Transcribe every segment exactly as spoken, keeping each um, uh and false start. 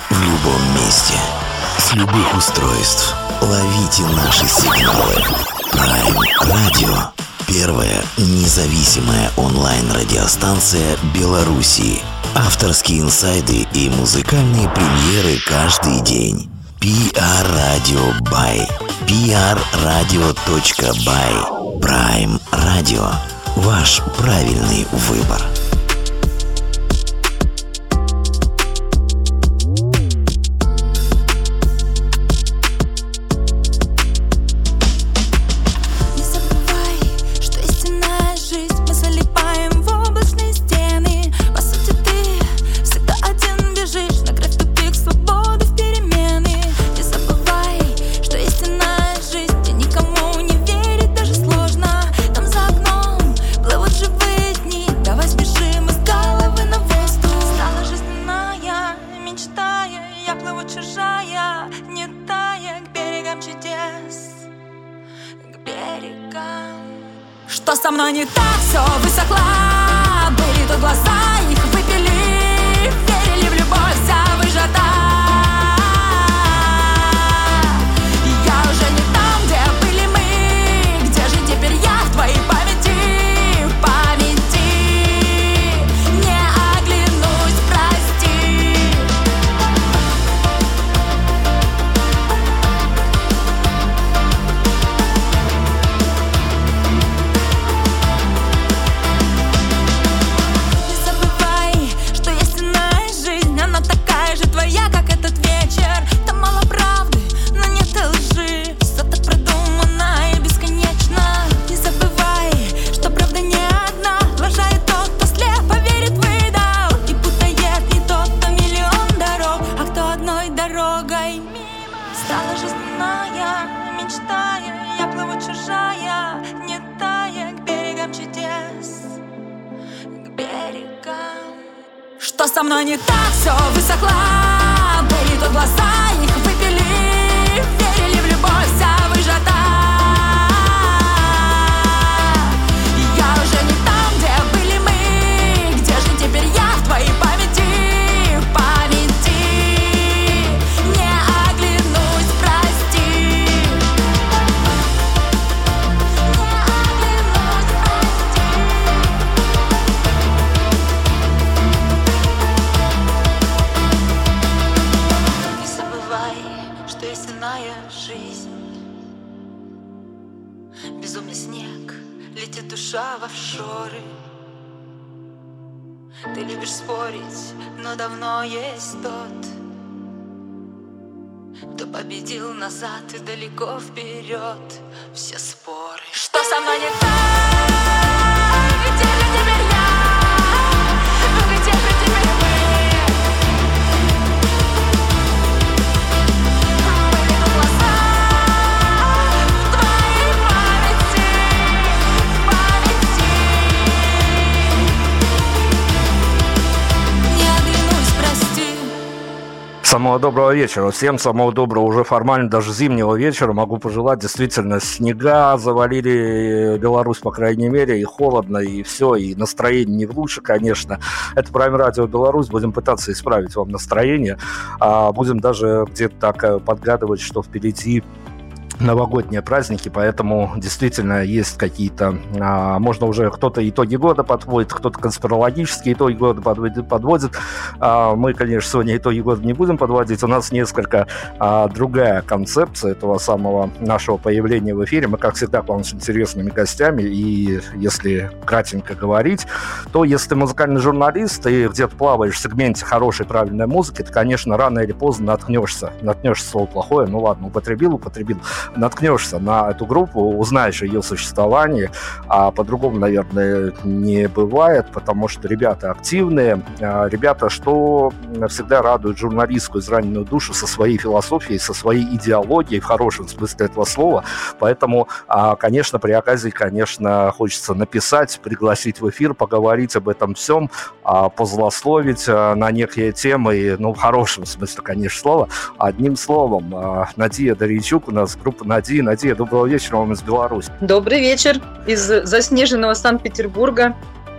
в любом месте, с любых устройств. Ловите наши сигналы. Prime Radio. Первая независимая онлайн-радиостанция Беларуси. Авторские инсайды и музыкальные премьеры каждый день. пи ар Radio by пи ар радио точка бай. Prime Radio. Ваш правильный выбор. Что со мной не так, все высохло. Были тут глаза, их выпили. Верили в любовь, вся выжата. Я уже не там, где были мы. Где же теперь я в твоей памяти? В памяти не оглянусь, прости. Стала жизненная, мечтая, я плыву чужая, не тая, к берегам чудес, к берегам. Что со мной не так, все высохло. Были тут глаза, их выпили. Верили в любовь, вся выжата. Я уже не там, где были мы. Где же теперь я в твоей памяти? В памяти безумный снег, летит душа в офшоры. Ты любишь спорить, но давно есть тот, кто победил назад и далеко вперед. Все споры. Что со мной не так? Где же теперь я? Где же теперь мы? Самого доброго вечера. Всем самого доброго, уже формально даже зимнего вечера могу пожелать. Действительно, снега завалили Беларусь, по крайней мере, и холодно, и все, и настроение не в лучше, конечно. Это Prime Radio Беларусь. Будем пытаться исправить вам настроение. А будем даже где-то так подгадывать, что впереди новогодние праздники, поэтому действительно есть какие-то, а, можно уже кто-то итоги года подводит, кто-то конспирологические итоги года подводит. подводит. А, мы, конечно, сегодня итоги года не будем подводить, у нас несколько а, другая концепция этого самого нашего появления в эфире. Мы, как всегда, к вам с интересными гостями, и если кратенько говорить, то если ты музыкальный журналист и где-то плаваешь в сегменте хорошей, правильной музыки, ты, конечно, рано или поздно наткнешься, наткнешься, слово плохое, ну ладно, употребил, употребил, наткнешься на эту группу, узнаешь о ее существовании, а по-другому, наверное, не бывает, потому что ребята активные, ребята, что всегда радуют журналистскую израненную душу со своей философией, со своей идеологией, в хорошем смысле этого слова, поэтому, конечно, при оказии, конечно, хочется написать, пригласить в эфир, поговорить об этом всем, позлословить на некие темы, ну, в хорошем смысле, конечно, слова. Одним словом, Надия Доричук у нас, группа Надия. Надия, доброго вечера вам из Беларуси. Добрый вечер из заснеженного Санкт-Петербурга.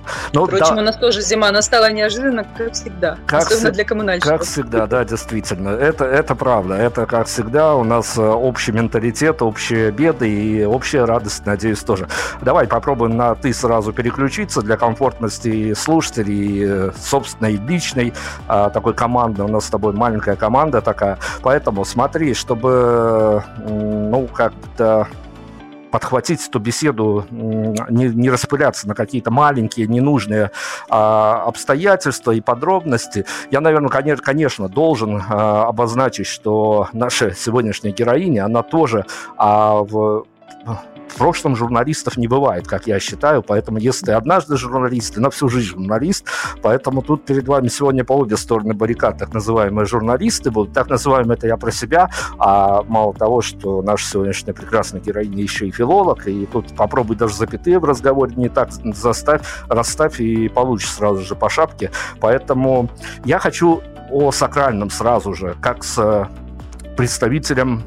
Ну, Впрочем, да. у нас тоже зима настала неожиданно, как всегда. Как особенно вс- для коммунальщиков. Как всегда, да, действительно. Это, это правда. Это, как всегда, у нас э, общий менталитет, общие беды и общая радость, надеюсь, тоже. Давай попробуем на «ты» сразу переключиться для комфортности слушателей, э, собственной, личной, э, такой команды. У нас с тобой маленькая команда такая. Поэтому смотри, чтобы, э, ну, как-то подхватить эту беседу, не, не распыляться на какие-то маленькие, ненужные а, обстоятельства и подробности. Я, наверное, конечно, конечно должен а, обозначить, что наша сегодняшняя героиня, она тоже а, в... В прошлом журналистов не бывает, как я считаю, поэтому если ты однажды журналист, ты на всю жизнь журналист, поэтому тут перед вами сегодня по обе стороны баррикад так называемые журналисты будут. Так называемые это я про себя, а мало того, что наша сегодняшняя прекрасная героиня еще и филолог, и тут попробуй даже запятые в разговоре не так заставь, расставь и получишь сразу же по шапке. Поэтому я хочу о сакральном сразу же, как с представителем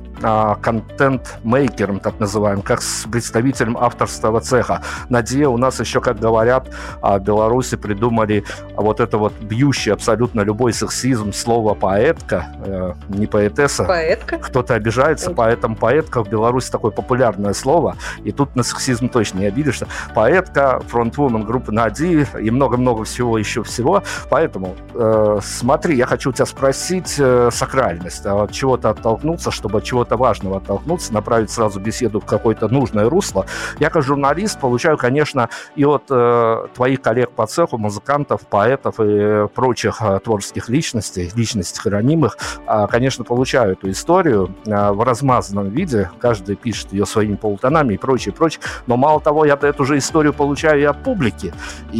контент-мейкером, так называемым, как с представителем авторского цеха. На Д у нас еще, как говорят, в Беларуси придумали вот это вот бьющее абсолютно любой сексизм слово «поэтка», э, не поэтесса. Поэтка? Кто-то обижается, поэтому поэтка в Беларуси такое популярное слово, и тут на сексизм точно не обидишься. Поэтка, фронтвумен группы на Д и много-много всего еще всего. Поэтому э, смотри, я хочу у тебя спросить э, сакральность, а от чего-то оттолкнуться, чтобы от чего-то важного оттолкнуться, направить сразу беседу в какое-то нужное русло. Я как журналист получаю, конечно, и от э, твоих коллег по цеху, музыкантов, поэтов и прочих э, творческих личностей, личностей хранимых, э, конечно, получаю эту историю э, в размазанном виде. Каждый пишет ее своими полутонами и прочее, прочее. Но мало того, я эту же историю получаю и от публики.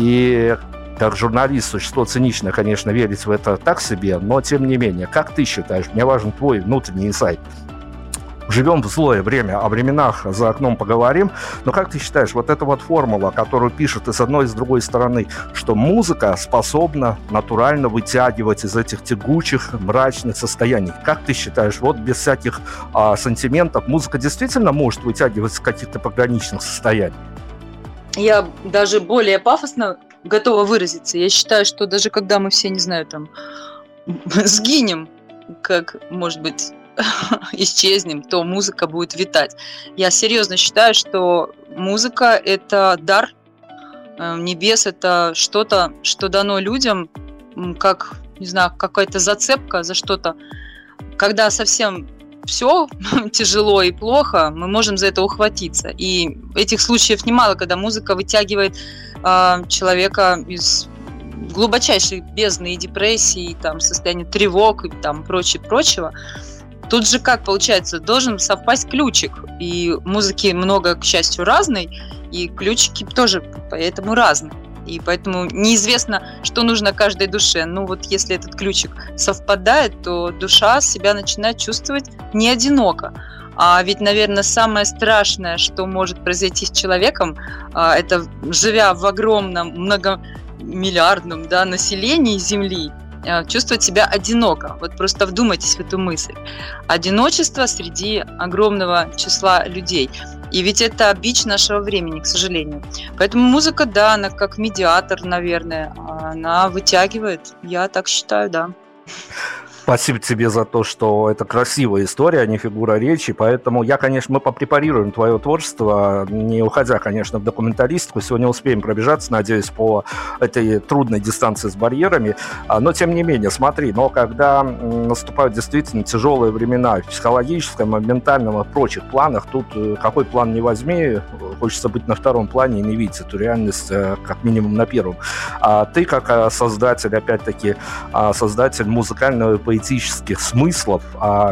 И как журналист, существо циничное, конечно, верить в это так себе, но тем не менее, как ты считаешь, мне важен твой внутренний инсайт. Живем в злое время, о временах за окном поговорим, но как ты считаешь, вот эта вот формула, которую пишут и с одной, и с другой стороны, что музыка способна натурально вытягивать из этих тягучих, мрачных состояний, как ты считаешь, вот без всяких а, сантиментов, музыка действительно может вытягивать из каких-то пограничных состояний? Я даже более пафосно готова выразиться. Я считаю, что даже когда мы все, не знаю, там, сгинем, как, может быть, исчезнем, то музыка будет витать. Я серьезно считаю, что музыка – это дар небес, это что-то, что дано людям, как, не знаю, какая-то зацепка за что-то. Когда совсем все тяжело и плохо, мы можем за это ухватиться. И этих случаев немало, когда музыка вытягивает э, человека из глубочайшей бездны и депрессии, и, там, состояния тревог и там, прочее-прочего. Тут же как получается, должен совпасть ключик. И музыки много, к счастью, разной, и ключики тоже поэтому разные. И поэтому неизвестно, что нужно каждой душе. Ну вот если этот ключик совпадает, то душа себя начинает чувствовать не одиноко. А ведь, наверное, самое страшное, что может произойти с человеком, это, живя в огромном, многомиллиардном, да, населении Земли, чувствовать себя одиноко. Вот просто вдумайтесь в эту мысль. Одиночество среди огромного числа людей. И ведь это бич нашего времени, к сожалению. Поэтому музыка, да, она как медиатор, наверное, она вытягивает. Я так считаю, да. Спасибо тебе за то, что это красивая история, а не фигура речи. Поэтому я, конечно, мы попрепарируем твое творчество, не уходя, конечно, в документалистику. Сегодня успеем пробежаться, надеюсь, по этой трудной дистанции с барьерами. Но, тем не менее, смотри, но когда наступают действительно тяжелые времена в психологическом, ментальном и прочих планах, тут какой план не возьми, хочется быть на втором плане и не видеть эту реальность как минимум на первом. А ты, как создатель, опять-таки, создатель музыкального и поэтических смыслов, а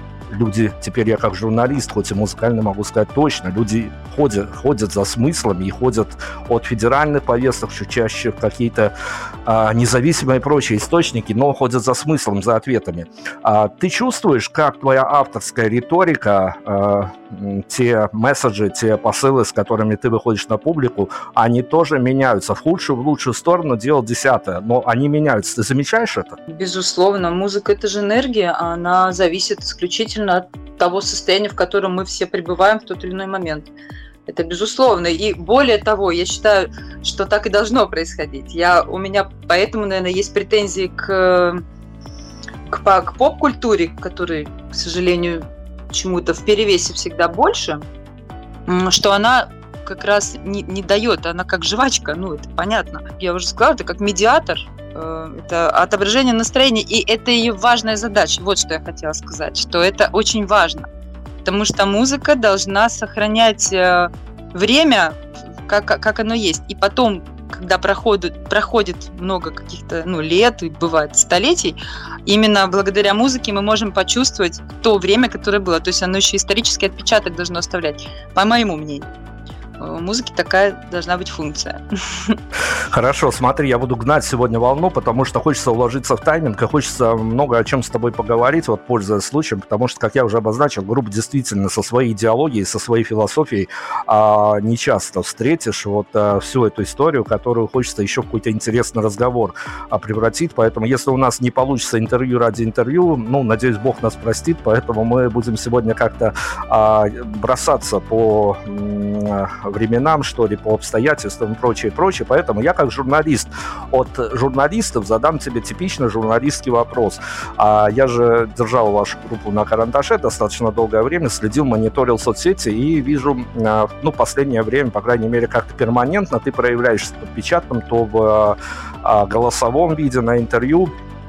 люди, теперь я как журналист, хоть и музыкально могу сказать точно, люди ходят, ходят за смыслами и ходят от федеральных повесток чуть чаще в какие-то а, независимые и прочие источники, но ходят за смыслом, за ответами. А, ты чувствуешь, как твоя авторская риторика, а, те месседжи, те посылы, с которыми ты выходишь на публику, они тоже меняются в худшую, в лучшую сторону, дело десятое, но они меняются. Ты замечаешь это? Безусловно, музыка – это же энергия, она зависит исключительно от того состояния, в котором мы все пребываем в тот или иной момент. Это безусловно. И более того, я считаю, что так и должно происходить. Я, у меня поэтому, наверное, есть претензии к, к, к поп-культуре, которой, к сожалению, чему-то в перевесе всегда больше, что она как раз не, не дает, она как жвачка, ну, это понятно. Я уже сказала, это как медиатор, это отображение настроения, и это ее важная задача. Вот что я хотела сказать, что это очень важно. Потому что музыка должна сохранять время, как, как оно есть. И потом, когда проходит, проходит много каких-то ну, лет, и бывает столетий, именно благодаря музыке мы можем почувствовать то время, которое было. То есть оно еще исторический отпечаток должно оставлять, по моему мнению. У музыки такая должна быть функция. Хорошо, смотри, я буду гнать сегодня волну, потому что хочется уложиться в тайминг, и хочется много о чем с тобой поговорить, вот пользуясь случаем, потому что, как я уже обозначил, группа действительно со своей идеологией, со своей философией а, не часто встретишь вот а, всю эту историю, которую хочется еще в какой-то интересный разговор а, превратить, поэтому если у нас не получится интервью ради интервью, ну, надеюсь, Бог нас простит, поэтому мы будем сегодня как-то а, бросаться по м- временам, что ли, по обстоятельствам и прочее, прочее. Поэтому я как журналист от журналистов задам тебе типичный журналистский вопрос. А я же держал вашу группу на карандаше достаточно долгое время, следил, мониторил соцсети и вижу, ну, последнее время, по крайней мере, как-то перманентно ты проявляешься то в печатном, то в голосовом виде на интервью.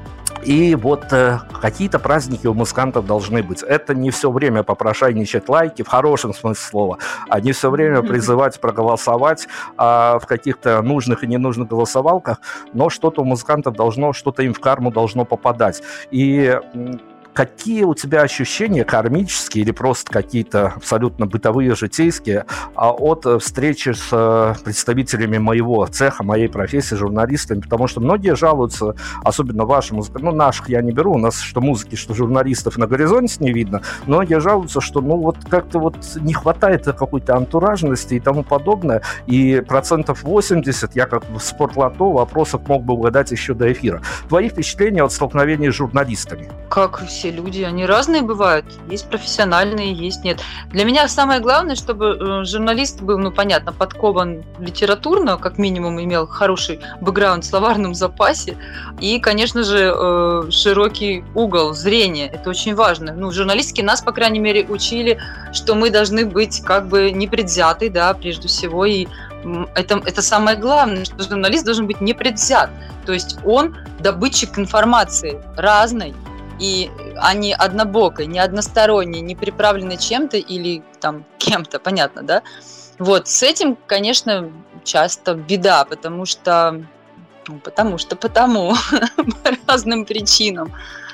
И вот э, какие-то праздники у музыкантов должны быть. Это не все время попрошайничать лайки, в хорошем смысле слова, а не все время призывать проголосовать а, в каких-то нужных и ненужных голосовалках, но что-то у музыкантов должно, что-то им в карму должно попадать. И какие у тебя ощущения кармические или просто какие-то абсолютно бытовые, житейские от встречи с представителями моего цеха, моей профессии, журналистами? Потому что многие жалуются, особенно ваши музыканты, ну, наших я не беру, у нас что музыки, что журналистов на горизонте не видно, многие жалуются, что, ну, вот как-то вот не хватает какой-то антуражности и тому подобное, и процентов восемьдесят я как в спортлото вопросов мог бы угадать еще до эфира. Твои впечатления от столкновения с журналистами? Как все люди, они разные бывают. Есть профессиональные, есть нет. Для меня самое главное, чтобы журналист был, ну, понятно, подкован литературно, как минимум имел хороший бэкграунд в словарном запасе, и, конечно же, широкий угол зрения. Это очень важно. Ну, в журналистике нас, по крайней мере, учили, что мы должны быть как бы непредвзяты, да, прежде всего, и это, это самое главное, что журналист должен быть непредвзят. То есть он добытчик информации разной, и они однобокой, не односторонней, не приправлены чем-то или там кем-то, понятно, да? Вот, с этим, конечно, часто беда, потому что, ну, потому что, потому, по разным причинам.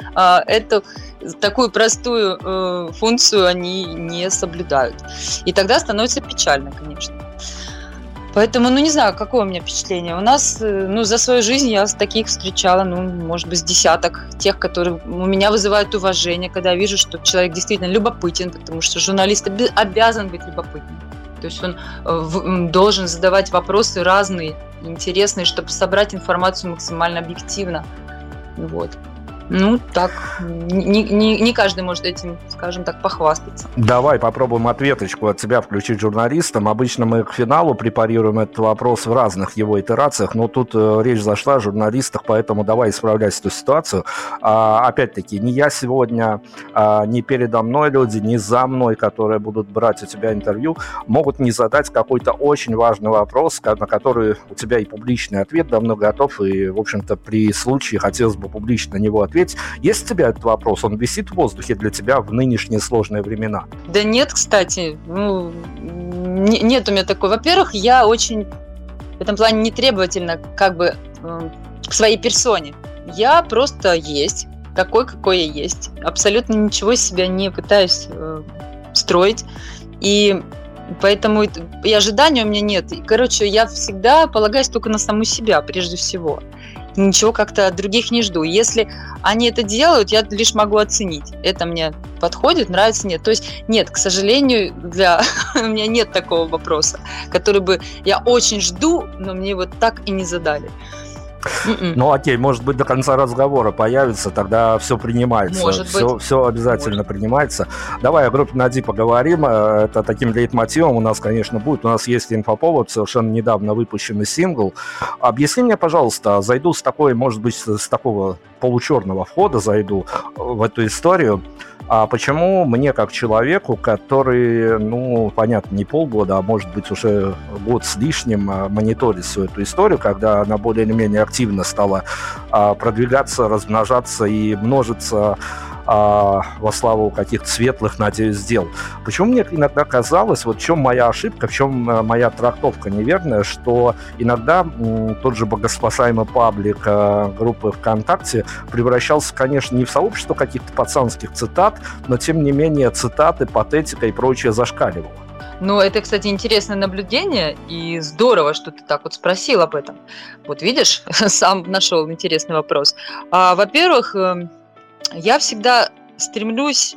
Эту такую простую функцию они не соблюдают. И тогда становится печально, конечно. Поэтому, ну, не знаю, какое у меня впечатление. У нас, ну, за свою жизнь я таких встречала, ну, может быть, с десяток тех, которые у меня вызывают уважение, когда я вижу, что человек действительно любопытен, потому что журналист обязан быть любопытным. То есть он должен задавать вопросы разные, интересные, чтобы собрать информацию максимально объективно. Вот. Ну, так, не, не, не каждый может этим, скажем так, похвастаться. Давай попробуем ответочку от тебя включить журналистам. Обычно мы к финалу препарируем этот вопрос в разных его итерациях, но тут э, речь зашла о журналистах, поэтому давай исправлять эту ситуацию. А, опять-таки, не я сегодня, а, не передо мной люди, не за мной, которые будут брать у тебя интервью, могут не задать какой-то очень важный вопрос, на который у тебя и публичный ответ давно готов, и, в общем-то, при случае хотелось бы публично на него ответить. Есть у тебя этот вопрос? Он висит в воздухе для тебя в нынешние сложные времена? Да нет, кстати. Ну, не, нет у меня такой. Во-первых, я очень в этом плане нетребовательна как бы э, к своей персоне. Я просто есть, такой, какой я есть. Абсолютно ничего из себя не пытаюсь э, строить. И поэтому и ожиданий у меня нет. И, короче, я всегда полагаюсь только на саму себя, прежде всего. Ничего как-то от других не жду. Если они это делают, я лишь могу оценить. Это мне подходит, нравится, нет. То есть нет, к сожалению, для... у меня нет такого вопроса, который бы я очень жду, но мне вот так и не задали. М-м. Ну окей, может быть, до конца разговора появится, тогда все принимается. Может все, быть. все обязательно Может. принимается. Давай о группе Нади поговорим. Э, Это таким лейтмотивом у нас, конечно, будет. У нас есть инфоповод, совершенно недавно выпущенный сингл. Объясни мне, пожалуйста, зайду с такой, может быть, с такого получерного входа зайду в эту историю. А почему мне, как человеку, который, ну, понятно, не полгода, а может быть уже год с лишним, мониторит всю эту историю, когда она более или менее активно стала а, продвигаться, размножаться и множиться а, во славу каких-то светлых, надеюсь, дел. Почему мне иногда казалось, вот в чем моя ошибка, в чем моя трактовка неверная, что иногда м, тот же богоспасаемый паблик а, группы ВКонтакте превращался, конечно, не в сообщество каких-то пацанских цитат, но, тем не менее, цитаты, патетика и прочее зашкаливало. Ну, это, кстати, интересное наблюдение, и здорово, что ты так вот спросил об этом. Вот видишь, сам нашел интересный вопрос. А, во-первых, я всегда стремлюсь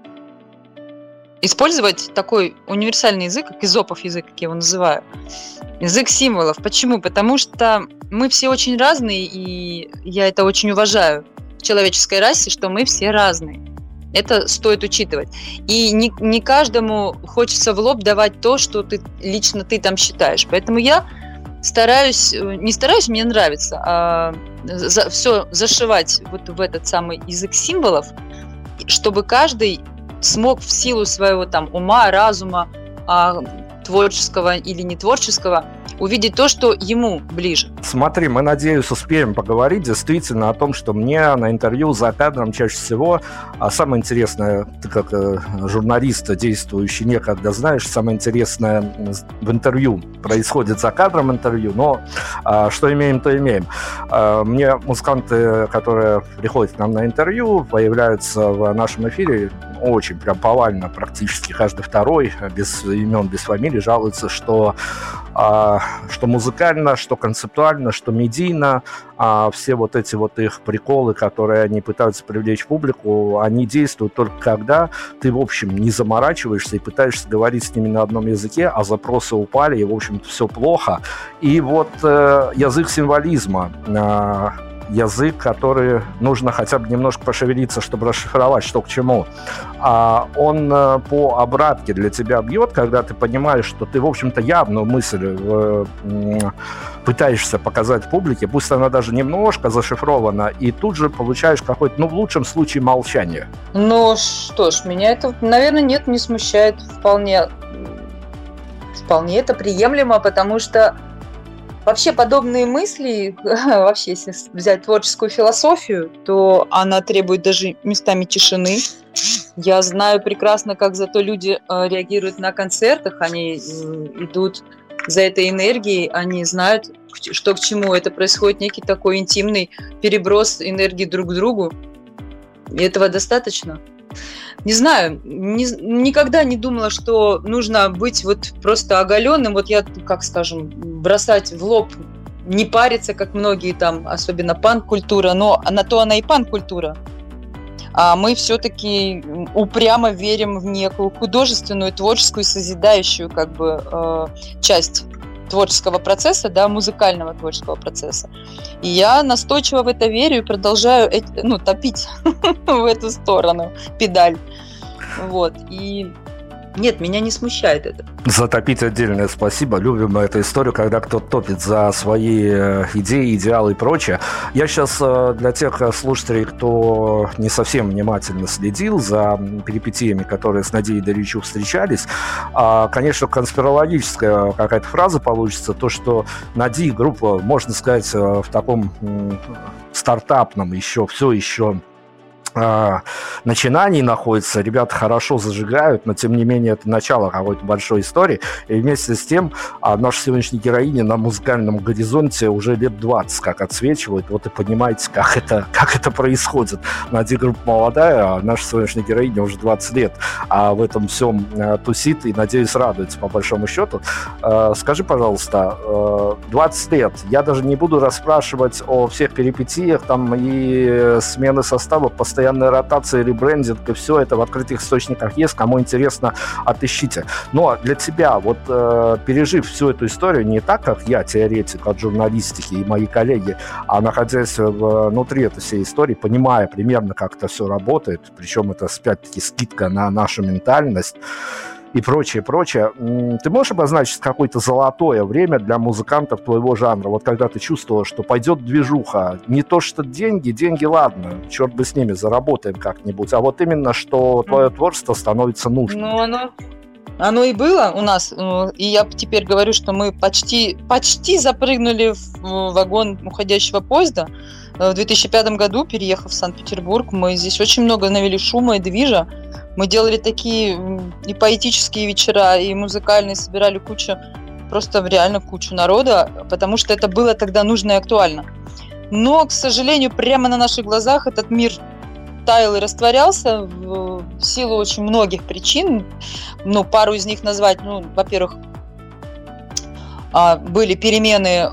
использовать такой универсальный язык, как эзопов язык, как я его называю. Язык символов. Почему? Потому что мы все очень разные, и я это очень уважаю в человеческой расе, что мы все разные. Это стоит учитывать. И не, не каждому хочется в лоб давать то, что ты, лично ты там считаешь. Поэтому я стараюсь, не стараюсь, мне нравится, а за, все зашивать вот в этот самый язык символов, чтобы каждый смог в силу своего там ума, разума, а, творческого или не творческого, увидеть то, что ему ближе. Смотри, мы, надеюсь, успеем поговорить действительно о том, что мне на интервью за кадром чаще всего, а самое интересное, ты как э, журналист, действующий некогда, знаешь, самое интересное в интервью происходит за кадром интервью, но а, что имеем, то имеем. А, мне музыканты, которые приходят к нам на интервью, появляются в нашем эфире очень прям повально, практически каждый второй, без имен, без фамилий, жалуются, что а, что музыкально, что концептуально, что медийно, а все вот эти вот их приколы, которые они пытаются привлечь публику, они действуют только когда ты, в общем, не заморачиваешься и пытаешься говорить с ними на одном языке, а запросы упали, и, в общем-то, все плохо. И вот э, язык символизма, э, язык, который нужно хотя бы немножко пошевелиться, чтобы расшифровать, что к чему. А он э, по обратке для тебя бьет, когда ты понимаешь, что ты, в общем-то, явную мысль э, э, пытаешься показать публике, пусть она даже немножко зашифрована, и тут же получаешь какое-то, ну, в лучшем случае, молчание. Ну что ж, меня это, наверное, нет, не смущает вполне. Вполне это приемлемо, потому что вообще подобные мысли, вообще, если взять творческую философию, то она требует даже местами тишины. Я знаю прекрасно, как зато люди реагируют на концертах, они идут за этой энергией, они знают, что к чему. Это происходит некий такой интимный переброс энергии друг к другу. И этого достаточно. Не знаю, ни, никогда не думала, что нужно быть вот просто оголенным, вот я, как скажем, бросать в лоб, не париться, как многие там, особенно панк-культура, но на то она и панк-культура. А мы все-таки упрямо верим в некую художественную, творческую, созидающую как бы э, часть творческого процесса, да, музыкального творческого процесса. И я настойчиво в это верю и продолжаю ну, топить в эту сторону педаль. Вот. И нет, меня не смущает это. Затопить отдельное спасибо. Любим эту историю, когда кто-то топит за свои идеи, идеалы и прочее. Я сейчас для тех слушателей, кто не совсем внимательно следил за перипетиями, которые с Надией Доричук встречались, конечно, конспирологическая какая-то фраза получится, то, что Нади группа, можно сказать, в таком стартапном еще, все еще начинаний находится, ребята хорошо зажигают, но тем не менее это начало какой-то большой истории, и вместе с тем а, наша сегодняшняя героиня на музыкальном горизонте уже лет двадцать как отсвечивает, вот и понимаете, как это, как это происходит. Надя группа молодая, а наша сегодняшняя героиня уже двадцать лет, а в этом всем а, тусит и, надеюсь, радуется по большому счету. А, скажи, пожалуйста, а, двадцать лет, я даже не буду расспрашивать о всех перипетиях там и смены состава, постоянно постоянная ротация, ребрендинг, и все это в открытых источниках есть. Кому интересно, отыщите. Но для тебя, вот э, пережив всю эту историю, не так, как я, теоретик от журналистики и мои коллеги, а находясь внутри этой всей истории, понимая примерно, как это все работает, причем это, опять-таки, скидка на нашу ментальность, и прочее, прочее. Ты можешь обозначить какое-то золотое время для музыкантов твоего жанра? Вот когда ты чувствовал, что пойдет движуха, не то что деньги, деньги ладно, черт бы с ними, заработаем как-нибудь, а вот именно, что твое творчество становится нужным. Ну, оно, оно и было у нас, и я теперь говорю, что мы почти, почти запрыгнули в вагон уходящего поезда. В две тысячи пятом году, переехав в Санкт-Петербург, мы здесь очень много навели шума и движа. Мы делали такие и поэтические вечера, и музыкальные, собирали кучу, просто реально кучу народа, потому что это было тогда нужно и актуально. Но, к сожалению, прямо на наших глазах этот мир таял и растворялся в силу очень многих причин. Ну, пару из них назвать, ну, во-первых, были перемены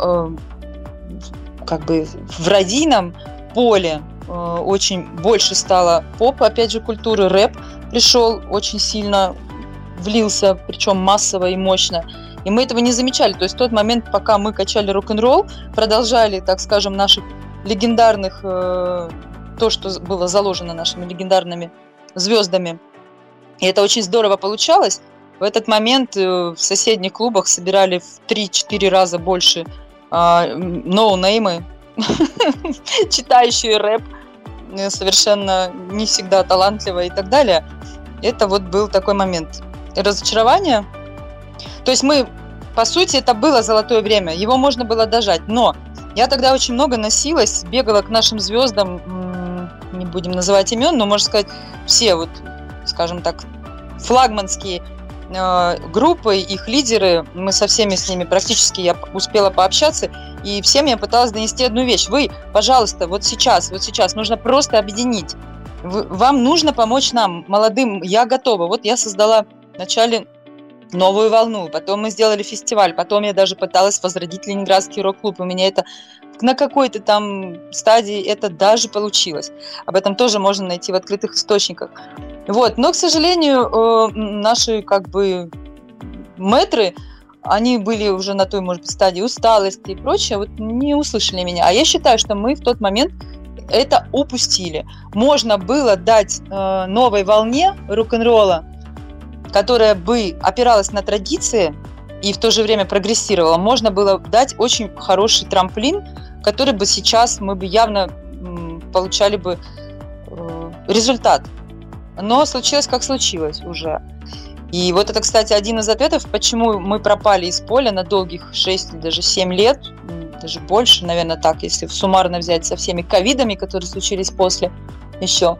как бы в радийном поле, очень больше стало поп, опять же, культуры, рэп пришел, очень сильно влился, причем массово и мощно. И мы этого не замечали. То есть в тот момент, пока мы качали рок-н-ролл, продолжали, так скажем, наших легендарных, э, то, что было заложено нашими легендарными звездами. И это очень здорово получалось. В этот момент э, в соседних клубах собирали в три-четыре раза больше э, ноунеймы, читающие рэп, совершенно не всегда талантливо и так далее. Это вот был такой момент разочарования. То есть мы, по сути, это было золотое время, его можно было дожать, но я тогда очень много носилась, бегала к нашим звездам, не будем называть имен, но, можно сказать, все вот, скажем так, флагманские группы, их лидеры, мы со всеми с ними практически, я успела пообщаться, и всем я пыталась донести одну вещь. Вы, пожалуйста, вот сейчас, вот сейчас нужно просто объединить. Вы, вам нужно помочь нам, молодым, я готова. Вот я создала вначале новую волну, потом мы сделали фестиваль, потом я даже пыталась возродить Ленинградский рок-клуб. У меня это на какой-то там стадии это даже получилось. Об этом тоже можно найти в открытых источниках. Вот, но, к сожалению, наши как бы мэтры, они были уже на той, может быть, стадии усталости и прочее, вот не услышали меня. А я считаю, что мы в тот момент это упустили. Можно было дать э, новой волне рок-н-ролла, которая бы опиралась на традиции и в то же время прогрессировала, можно было дать очень хороший трамплин, который бы сейчас мы бы явно м, получали бы э, результат. Но случилось, как случилось уже. И вот это, кстати, один из ответов, почему мы пропали из поля на долгих шесть или даже семь лет, даже больше, наверное, так, если суммарно взять со всеми ковидами, которые случились после еще.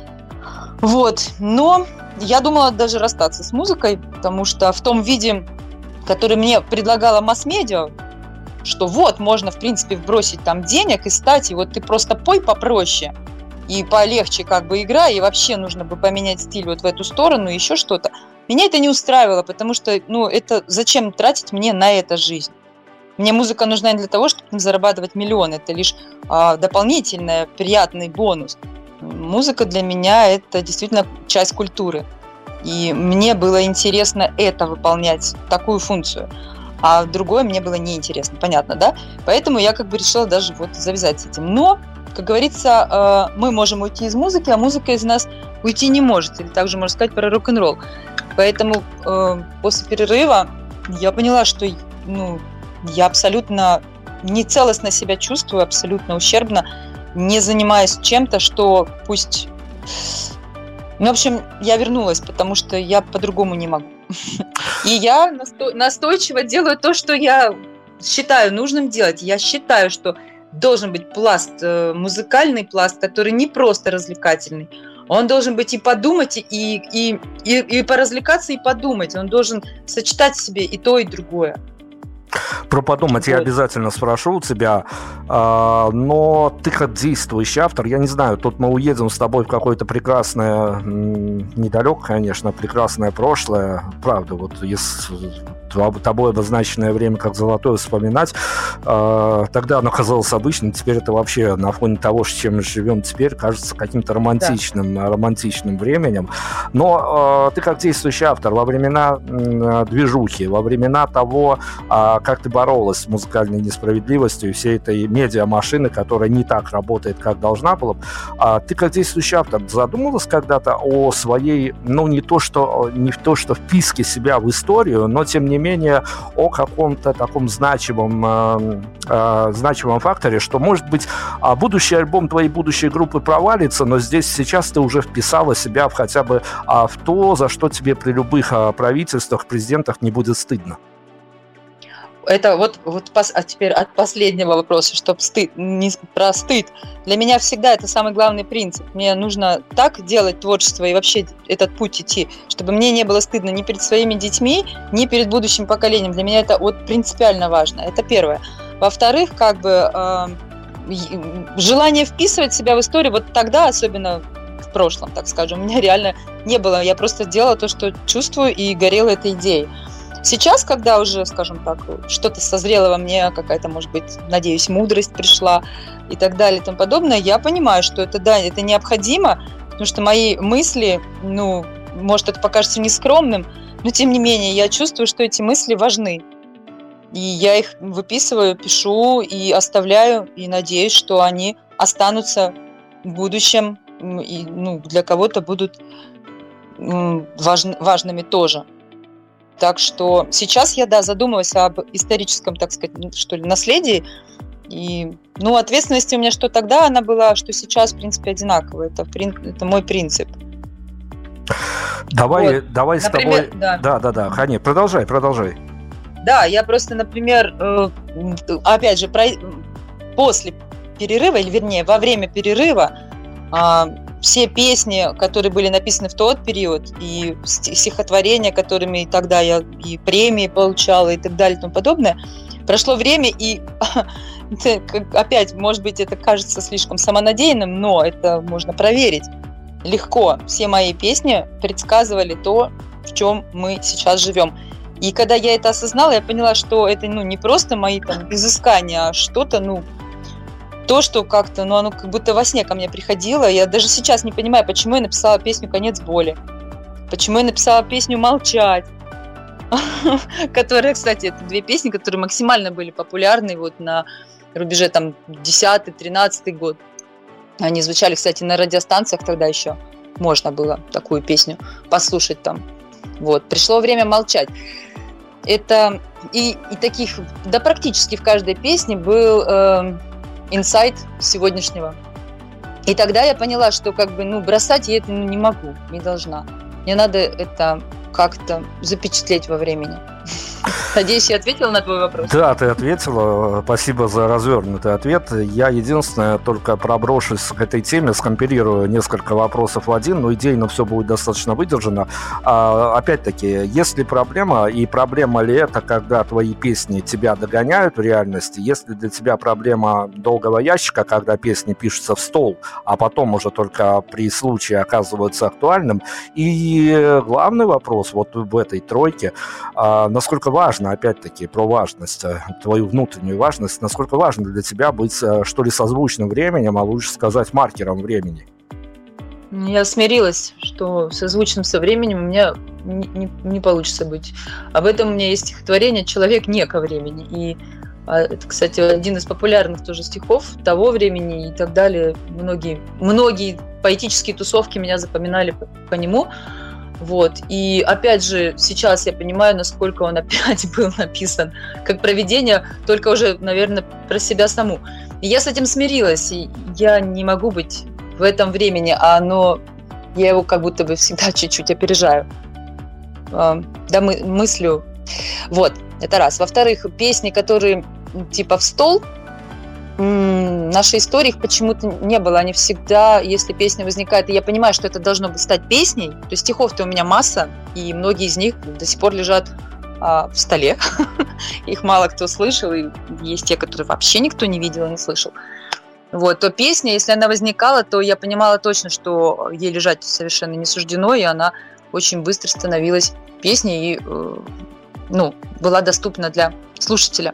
Вот. Но я думала даже расстаться с музыкой, потому что в том виде, который мне предлагала масс-медиа, что вот, можно, в принципе, вбросить там денег и стать, и вот ты просто пой попроще, и полегче как бы игра, и вообще нужно бы поменять стиль вот в эту сторону, еще что-то. Меня это не устраивало, потому что, ну, это зачем тратить мне на это жизнь? Мне музыка нужна не для того, чтобы зарабатывать миллионы, это лишь а, дополнительный приятный бонус. Музыка для меня это действительно часть культуры, и мне было интересно это выполнять, такую функцию, а другое мне было неинтересно, понятно, да? Поэтому я как бы решила даже вот завязать с этим. Но, как говорится, мы можем уйти из музыки, а музыка из нас уйти не может, или также можно сказать про рок-н-ролл. Поэтому э, после перерыва я поняла, что ну, я абсолютно нецелостно себя чувствую, абсолютно ущербно, не занимаясь чем-то, что пусть... Ну, в общем, я вернулась, потому что я по-другому не могу. И я насто... настойчиво делаю то, что я считаю нужным делать. Я считаю, что должен быть пласт, музыкальный пласт, который не просто развлекательный. Он должен быть и подумать, и, и, и, и поразвлекаться, и подумать. Он должен сочетать в себе и то, и другое. Про подумать вот. Я обязательно спрошу у тебя, а, но ты как действующий автор, я не знаю, тут мы уедем с тобой в какое-то прекрасное, недалеко, конечно, прекрасное прошлое, правда, вот если тобой обозначенное время как золотое вспоминать, э, тогда оно казалось обычным, теперь это вообще на фоне того, с чем мы живем теперь, кажется каким-то романтичным, да. романтичным временем. Но э, ты как действующий автор во времена э, движухи, во времена того, э, как ты боролась с музыкальной несправедливостью и всей этой медиамашины, которая не так работает, как должна была, э, ты как действующий автор задумывалась когда-то о своей, ну не то, что, не то, что вписке себя в историю, но тем не менее менее о каком-то таком значимом, э, э, значимом факторе, что, может быть, будущий альбом твоей будущей группы провалится, но здесь сейчас ты уже вписала себя в хотя бы а, в то, за что тебе при любых а, правительствах, президентах не будет стыдно. Это вот, вот пос, а теперь от последнего вопроса, чтобы стыд, не про стыд. Для меня всегда это самый главный принцип. Мне нужно так делать творчество и вообще этот путь идти, чтобы мне не было стыдно ни перед своими детьми, ни перед будущим поколением. Для меня это вот принципиально важно. Это первое. Во-вторых, как бы э, желание вписывать себя в историю, вот тогда, особенно в прошлом, так скажем, у меня реально не было. Я просто делала то, что чувствую, и горела этой идеей. Сейчас, когда уже, скажем так, что-то созрело во мне, какая-то, может быть, надеюсь, мудрость пришла и так далее и тому подобное, я понимаю, что это, да, это необходимо, потому что мои мысли, ну, может, это покажется нескромным, но, тем не менее, я чувствую, что эти мысли важны. И я их выписываю, пишу и оставляю, и надеюсь, что они останутся в будущем, и, ну, для кого-то будут важ, важными тоже. Так что сейчас я, да, задумываюсь об историческом, так сказать, что ли, наследии. И, ну, ответственность у меня что тогда она была, что сейчас, в принципе, одинаковая. Это, это мой принцип. Давай, вот. давай например, с тобой... Да, да, да, да. Хани, продолжай, продолжай. Да, я просто, например, опять же, после перерыва, или вернее, во время перерыва, все песни, которые были написаны в тот период, и стихотворения, которыми тогда я и премии получала, и так далее, и тому подобное, прошло время, и опять, может быть, это кажется слишком самонадеянным, но это можно проверить легко. Все мои песни предсказывали то, в чем мы сейчас живем. И когда я это осознала, я поняла, что это, ну, не просто мои там изыскания, а что-то, ну, то, что как-то, ну, оно как будто во сне ко мне приходило. Я даже сейчас не понимаю, почему я написала песню «Конец боли», почему я написала песню «Молчать», которые, кстати, это две песни, которые максимально были популярны вот на рубеже там десятый-тринадцатый год. Они звучали, кстати, на радиостанциях тогда еще. Можно было такую песню послушать там. Вот, пришло время молчать. Это и, и таких, да, практически в каждой песне был э, инсайт сегодняшнего. И тогда я поняла, что как бы, ну, бросать я это, ну, не могу, не должна. Мне надо это как-то запечатлеть во времени. Надеюсь, я ответила на твой вопрос. Да, ты ответила. Спасибо за развернутый ответ. Я единственное, только проброшусь к этой теме, скомпилирую несколько вопросов в один, но идейно все будет достаточно выдержано. А, опять-таки, есть ли проблема, и проблема ли это, когда твои песни тебя догоняют в реальности, если для тебя проблема долгого ящика, когда песни пишутся в стол, а потом уже только при случае оказываются актуальным. И главный вопрос вот в этой тройке, а, насколько важно, опять-таки, про важность, твою внутреннюю важность, насколько важно для тебя быть, что ли, созвучным временем, а лучше сказать, маркером времени? Я смирилась, что созвучным со временем у меня не, не, не получится быть. Об этом у меня есть стихотворение «Человек не ко времени». И это, кстати, один из популярных тоже стихов того времени и так далее. Многие, многие поэтические тусовки меня запоминали по, по нему. Вот. И опять же, сейчас я понимаю, насколько он опять был написан как провидение, только уже, наверное, про себя саму. И я с этим смирилась, и я не могу быть в этом времени, а оно, я его как будто бы всегда чуть-чуть опережаю. Да, мы, мыслю. Вот, это раз. Во-вторых, песни, которые типа в стол, нашей истории их почему-то не было. Они всегда, если песня возникает, и я понимаю, что это должно стать песней, то есть стихов-то у меня масса, и многие из них до сих пор лежат а, в столе. Их мало кто слышал, и есть те, которые вообще никто не видел и не слышал. Вот, то песня, если она возникала, то я понимала точно, что ей лежать совершенно не суждено, и она очень быстро становилась песней и э, ну, была доступна для слушателя.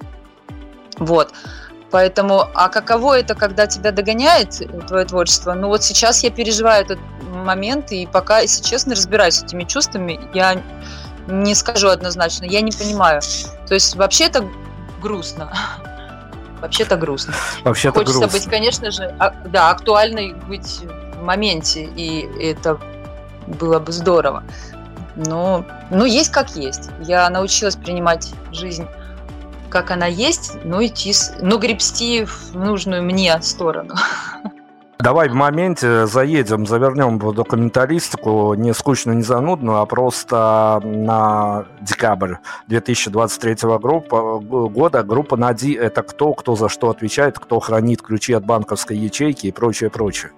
Вот. Поэтому, а каково это, когда тебя догоняет твое творчество? Ну вот сейчас я переживаю этот момент, и пока, если честно, разбираюсь с этими чувствами, я не скажу однозначно, я не понимаю. То есть вообще-то грустно. Вообще-то грустно. Вообще-то Хочется грустно. быть, конечно же, а, да, актуальной быть в моменте, и это было бы здорово. Но, ну, есть как есть. Я научилась принимать жизнь как она есть, но идти, но гребсти в нужную мне сторону. Давай в моменте заедем, завернем в документалистику, не скучную, не занудную, а просто на декабрь две тысячи двадцать третьего группа, года. Группа «Нади» — это кто, кто за что отвечает, кто хранит ключи от банковской ячейки и прочее, прочее.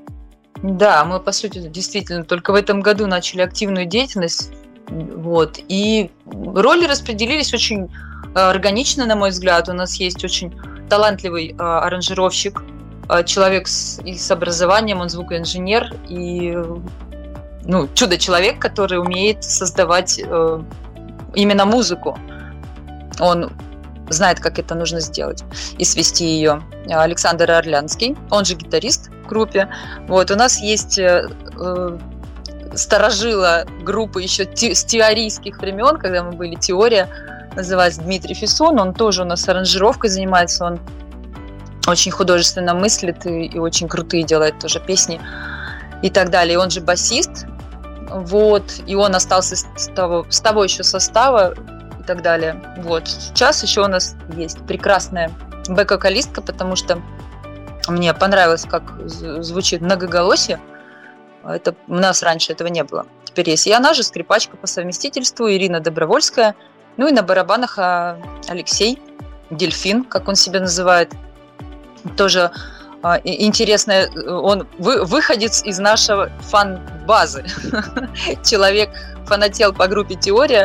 Да, мы, по сути, действительно только в этом году начали активную деятельность. Вот, и роли распределились очень органично, на мой взгляд. У нас есть очень талантливый э, аранжировщик, э, человек с, и с образованием, он звукоинженер и ну, чудо-человек, который умеет создавать э, именно музыку. Он знает, как это нужно сделать и свести ее. Александр Орлянский, он же гитарист в группе. Вот, у нас есть э, э, старожила группы еще те, с теорийских времен, когда мы были «Теория», называется Дмитрий Фиссон, он тоже у нас аранжировкой занимается, он очень художественно мыслит и, и очень крутые делает тоже песни и так далее. И он же басист, вот, и он остался с того, с того еще состава и так далее. Вот. Сейчас еще у нас есть прекрасная бэк-вокалистка, потому что мне понравилось, как звучит многоголосие. Это, у нас раньше этого не было. Теперь есть и она же, скрипачка по совместительству, Ирина Добровольская. Ну и на барабанах Алексей Дельфин, как он себя называет. Тоже интересно, он выходец из нашего фан-базы. Человек фанател по группе «Теория»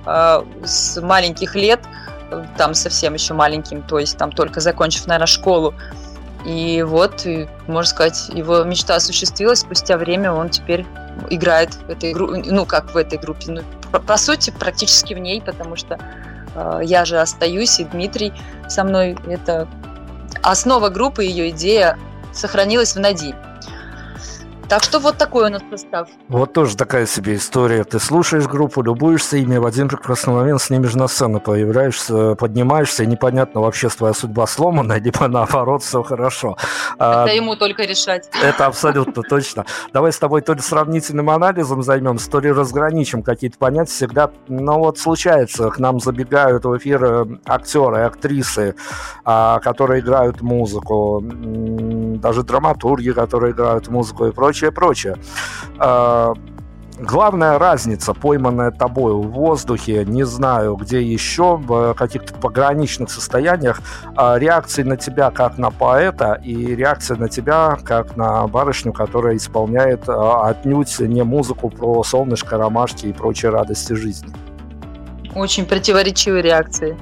с маленьких лет, там совсем еще маленьким, то есть там только закончив, наверное, школу. И вот, и, можно сказать, его мечта осуществилась. Спустя время он теперь играет в этой группе, ну как в этой группе, ну, по, по сути практически в ней, потому что э, я же остаюсь, и Дмитрий со мной. Это основа группы, ее идея сохранилась в «Нади». Так что вот такой у нас состав. Вот тоже такая себе история. Ты слушаешь группу, любуешься ими, в один прекрасный момент с ними же на сцену появляешься, поднимаешься, и непонятно, вообще твоя судьба сломана, либо наоборот все хорошо. Это а, ему только решать. Это абсолютно точно. Давай с тобой то ли сравнительным анализом займемся, то ли разграничим какие-то понятия. Всегда, ну вот случается, к нам забегают в эфир актеры, актрисы, которые играют музыку, даже драматурги, которые играют музыку и прочее. Прочее, прочее. А, главная разница, пойманная тобой в воздухе, не знаю, где еще, в каких-то пограничных состояниях, а, реакции на тебя как на поэта и реакция на тебя как на барышню, которая исполняет а, отнюдь не музыку про солнышко, ромашки и прочие радости жизни. Очень противоречивые реакции.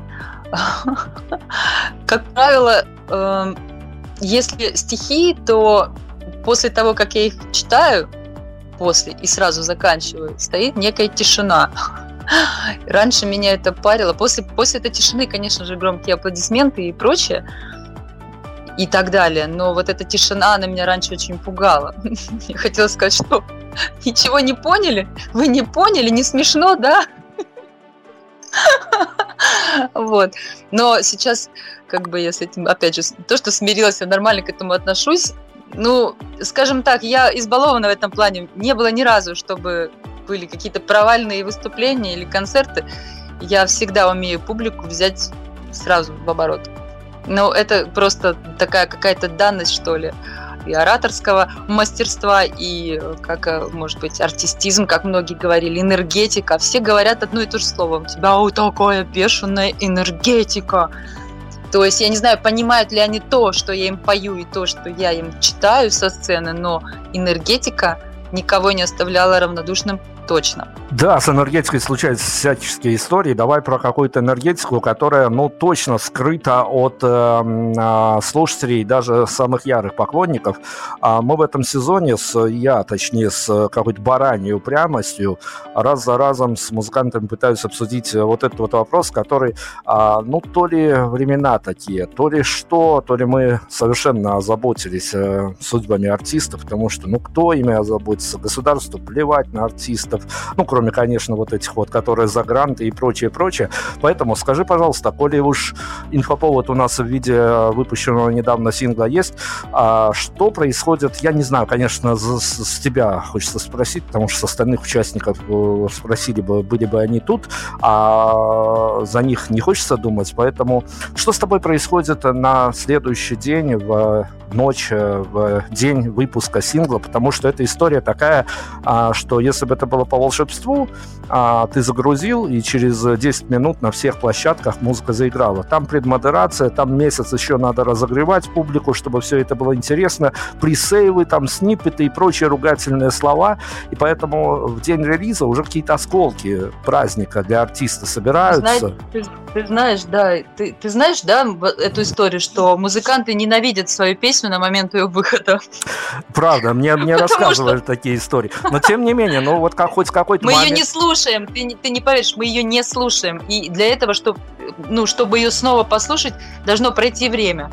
Как правило, если стихи, то после того, как я их читаю, после и сразу заканчиваю, стоит некая тишина. Раньше меня это парило. После, после этой тишины, конечно же, громкие аплодисменты и прочее, и так далее. Но вот эта тишина, она меня раньше очень пугала. Я хотела сказать, что ничего не поняли? Вы не поняли? Не смешно, да? Вот. Но сейчас, как бы я с этим, опять же, то, что смирилась, я нормально к этому отношусь. Ну, скажем так, я избалована в этом плане. Не было ни разу, чтобы были какие-то провальные выступления или концерты. Я всегда умею публику взять сразу в оборот. Но это просто такая какая-то данность, что ли, и ораторского мастерства, и, как, может быть, артистизм, как многие говорили, энергетика. Все говорят одно и то же слово. У тебя о, такая бешеная энергетика. То есть я не знаю, понимают ли они то, что я им пою, и то, что я им читаю со сцены, но энергетика никого не оставляла равнодушным точно. Да, с энергетикой случаются всяческие истории. Давай про какую-то энергетику, которая, ну, точно скрыта от э, э, слушателей, даже самых ярых поклонников. А мы в этом сезоне, с, я, точнее, с какой-то бараньей упрямостью, раз за разом с музыкантами пытаюсь обсудить вот этот вот вопрос, который, э, ну, то ли времена такие, то ли что, то ли мы совершенно озаботились э, судьбами артистов, потому что, ну, кто ими озаботится? Государству плевать на артистов, ну, кроме, конечно, вот этих вот, которые за гранты и прочее, прочее. Поэтому скажи, пожалуйста, коли уж инфоповод у нас в виде выпущенного недавно сингла есть, а что происходит, я не знаю, конечно, с, с тебя хочется спросить, потому что с остальных участников спросили бы, были бы они тут, а за них не хочется думать, поэтому что с тобой происходит на следующий день, в ночь, в день выпуска сингла, потому что эта история такая, что если бы это было по волшебству, ты загрузил, и через десять минут на всех площадках музыка заиграла. Там предмодерация, там месяц еще надо разогревать публику, чтобы все это было интересно, пресейвы, там сниппеты и прочие ругательные слова, и поэтому в день релиза уже какие-то осколки праздника для артиста собираются. Знаешь, ты, ты знаешь, да, ты, ты знаешь, да, эту историю, что музыканты ненавидят свою песню на момент ее выхода. Правда, мне, мне рассказывали что... такие истории. Но тем не менее, ну вот как хоть какой-то мы момент... ее не слушаем, ты, ты не поверишь, мы ее не слушаем. И для этого, чтобы, ну, чтобы ее снова послушать, должно пройти время.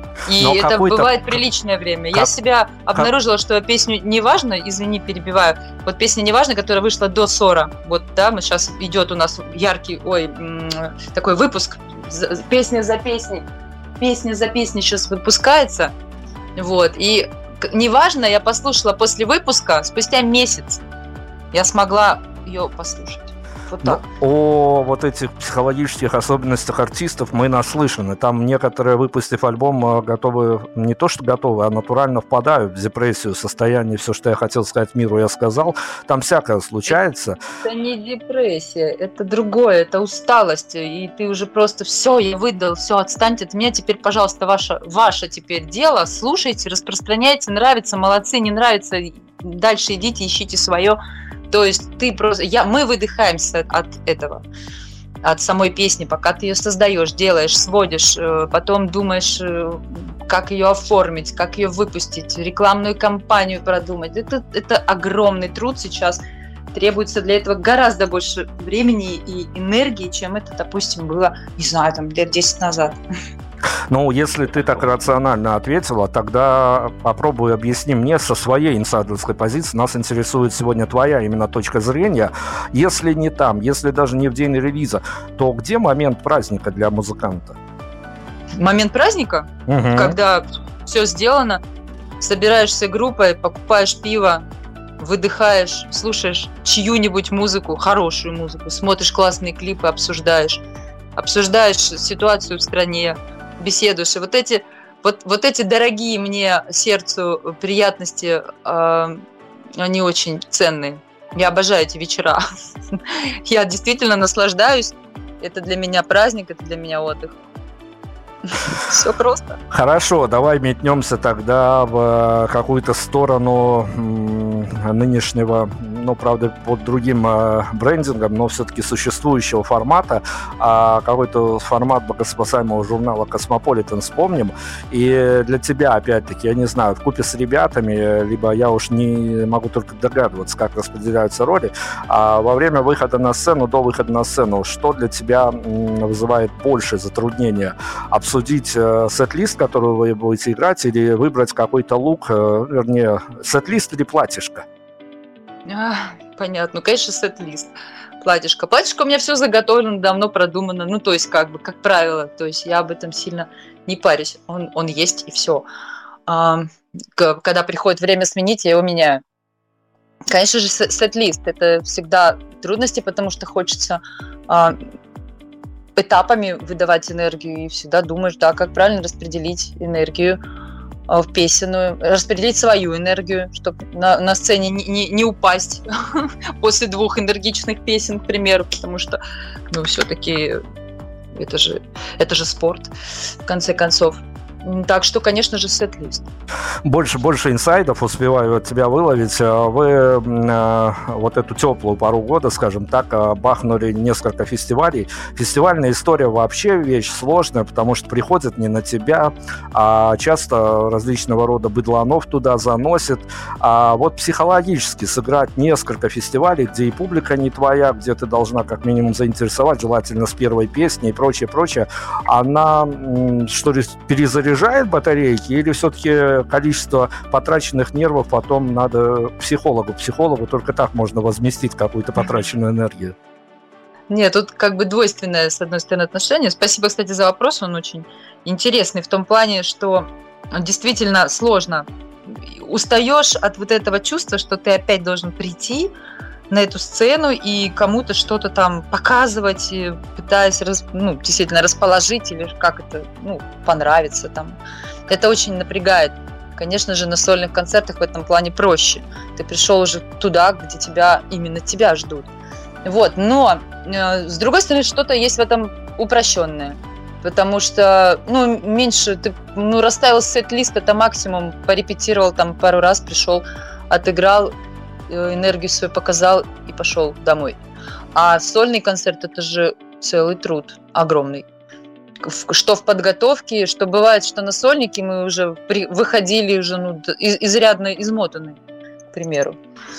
И но это бывает приличное время. Как... Я себя обнаружила, как... что песню «Неважно», извини, перебиваю, вот песня «Неважно», которая вышла до ссора, вот, да, мы сейчас идет у нас яркий, ой, м- такой выпуск, песня за песней, песня за песней сейчас выпускается, вот, и «Неважно» я послушала после выпуска, спустя месяц я смогла ее послушать. Вот так. Ну, о вот этих психологических особенностях артистов мы наслышаны. Там некоторые, выпустив альбом, готовы, не то что готовы, а натурально впадают в депрессию, состояние, все, что я хотел сказать миру, я сказал. Там всякое случается. Это не депрессия, это другое, это усталость. И ты уже просто все, я выдал, все, отстаньте от меня, теперь, пожалуйста, ваше, ваше теперь дело, слушайте, распространяйте, нравится, молодцы, не нравится, дальше идите, ищите свое. То есть ты просто, я, мы выдыхаемся от этого, от самой песни, пока ты ее создаешь, делаешь, сводишь, потом думаешь, как ее оформить, как ее выпустить, рекламную кампанию продумать. Это, это огромный труд сейчас. Требуется для этого гораздо больше времени и энергии, чем это, допустим, было, не знаю, там, лет десять назад. Ну, если ты так рационально ответила, тогда попробуй объясни мне со своей инсайдерской позиции. Нас интересует сегодня твоя именно точка зрения. Если не там, если даже не в день релиза, то где момент праздника для музыканта? Момент праздника? Угу. Когда все сделано, собираешься группой, покупаешь пиво, выдыхаешь, слушаешь чью-нибудь музыку, хорошую музыку, смотришь классные клипы, обсуждаешь, обсуждаешь ситуацию в стране, беседуешь. И вот эти, вот, вот эти дорогие мне сердцу приятности, э, они очень ценные. Я обожаю эти вечера. Я действительно наслаждаюсь. Это для меня праздник, это для меня отдых. Все просто. Хорошо, давай метнемся тогда в какую-то сторону нынешнего, ну, правда, под другим брендингом, но все-таки существующего формата. А какой-то формат богоспасаемого журнала «Космополитен» вспомним. И для тебя, опять-таки, я не знаю, вкупе с ребятами, либо я уж не могу только догадываться, как распределяются роли, а во время выхода на сцену, до выхода на сцену, что для тебя вызывает больше затруднения? Обсудить сет-лист, который вы будете играть, или выбрать какой-то лук, вернее, сет-лист или платьишко? А, понятно, ну, конечно, сет-лист. Платьишко. Платьишко у меня все заготовлено, давно продумано, ну, то есть, как бы, как правило, то есть я об этом сильно не парюсь. Он, он есть, и все. А, когда приходит время сменить, я его меняю. Конечно же, сет-лист – это всегда трудности, потому что хочется а, этапами выдавать энергию, и всегда думаешь, да, как правильно распределить энергию в песенную, распределить свою энергию, чтобы на, на сцене не, не, не упасть после двух энергичных песен, к примеру, потому что, ну, все-таки это же, это же спорт, в конце концов. Так что, конечно же, сет-лист. Больше, больше инсайдов успеваю от тебя выловить. Вы э, вот эту теплую пару года, скажем так, бахнули несколько фестивалей. Фестивальная история вообще вещь сложная, потому что приходят не на тебя, а часто различного рода быдланов туда заносят. А вот психологически сыграть несколько фестивалей, где и публика не твоя, где ты должна как минимум заинтересовать, желательно с первой песни и прочее, прочее, она что ли перезаряжает батарейки или все-таки количество потраченных нервов потом надо психологу? Психологу только так можно возместить какую-то потраченную энергию. Нет, тут как бы двойственное, с одной стороны, отношение. Спасибо, кстати, за вопрос, он очень интересный в том плане, что действительно сложно. Устаешь от вот этого чувства, что ты опять должен прийти на эту сцену и кому-то что-то там показывать, пытаясь ну, действительно расположить или как это, ну, понравится там. Это очень напрягает. Конечно же, на сольных концертах в этом плане проще. Ты пришел уже туда, где тебя, именно тебя ждут. Вот, но э, с другой стороны, что-то есть в этом упрощенное. Потому что, ну, меньше ты, ну, расставил сет-лист, это максимум, порепетировал там пару раз, пришел, отыграл, энергию свою показал и пошел домой. А сольный концерт – это же целый труд огромный. Что в подготовке, что бывает, что на сольнике мы уже при, выходили уже ну, из, изрядно измотаны, к примеру.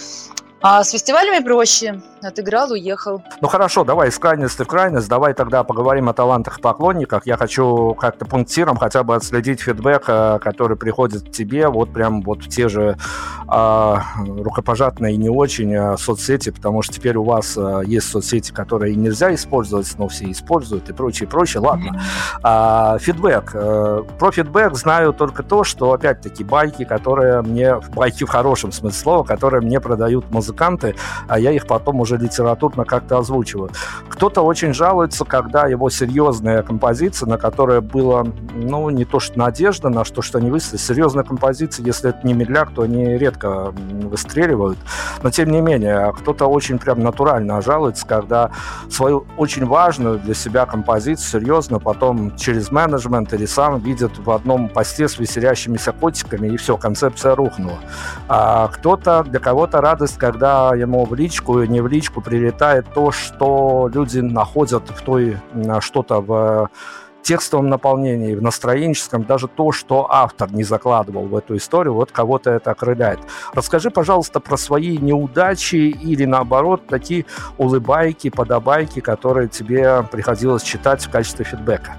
А с фестивалями проще. Отыграл, уехал. Ну хорошо, давай из крайности в крайность. Давай тогда поговорим о талантах и поклонниках. Я хочу как-то пунктиром хотя бы отследить фидбэк, который приходит к тебе, вот прям вот в те же э, рукопожатные и не очень э, соцсети, потому что теперь у вас э, есть соцсети, которые нельзя использовать, но все используют и прочее, прочее. Ладно. А, фидбэк. Э, про фидбэк знаю только то, что опять-таки байки, которые мне, байки в хорошем смысле слова, которые мне продают музыканты, а я их потом уже литературно как-то озвучиваю. Кто-то очень жалуется, когда его серьезная композиция, на которой была, ну, не то что надежда, на что что не выстрелит. Серьезная композиция, если это не медляк, то они редко выстреливают. Но, тем не менее, кто-то очень прям натурально жалуется, когда свою очень важную для себя композицию серьезно потом через менеджмент или сам видят в одном посте с веселящимися котиками, и все, концепция рухнула. А кто-то, для кого-то радость, когда ему в личку и не в личку прилетает то, что люди находят в той что-то в текстовом наполнении, в настроенческом, даже то, что автор не закладывал в эту историю, вот кого-то это окрыляет. Расскажи, пожалуйста, про свои неудачи или, наоборот, такие улыбайки, подобайки, которые тебе приходилось читать в качестве фидбэка.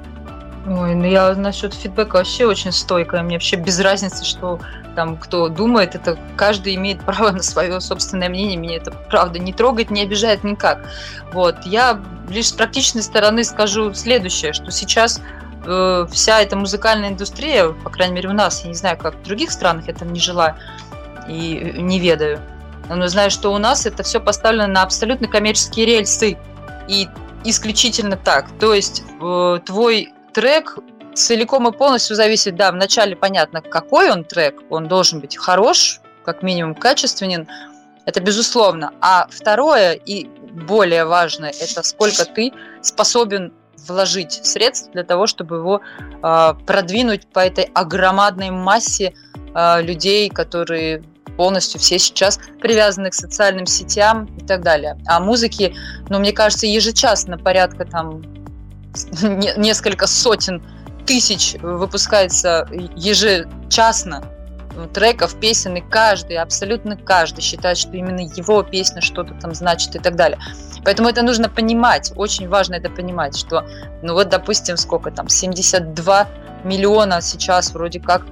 Ой, ну я насчет фидбэка вообще очень стойкая. Мне вообще без разницы, что там кто думает, это каждый имеет право на свое собственное мнение. Меня это, правда, не трогает, не обижает никак. Вот. Я лишь с практичной стороны скажу следующее, что сейчас э, вся эта музыкальная индустрия, по крайней мере у нас, я не знаю, как в других странах, я там не жила и не ведаю, но знаю, что у нас это все поставлено на абсолютно коммерческие рельсы. И исключительно так. То есть э, твой трек целиком и полностью зависит, да, вначале понятно, какой он трек, он должен быть хорош, как минимум качественен, это безусловно. А второе и более важное, это сколько ты способен вложить средств для того, чтобы его э, продвинуть по этой огромадной массе э, людей, которые полностью все сейчас привязаны к социальным сетям и так далее. А музыки, ну, мне кажется, ежечасно порядка там несколько сотен тысяч выпускается ежечасно треков, песен, и каждый, абсолютно каждый считает, что именно его песня что-то там значит и так далее. Поэтому это нужно понимать, очень важно это понимать, что, ну вот, допустим, сколько там, семьдесят два миллиона сейчас вроде как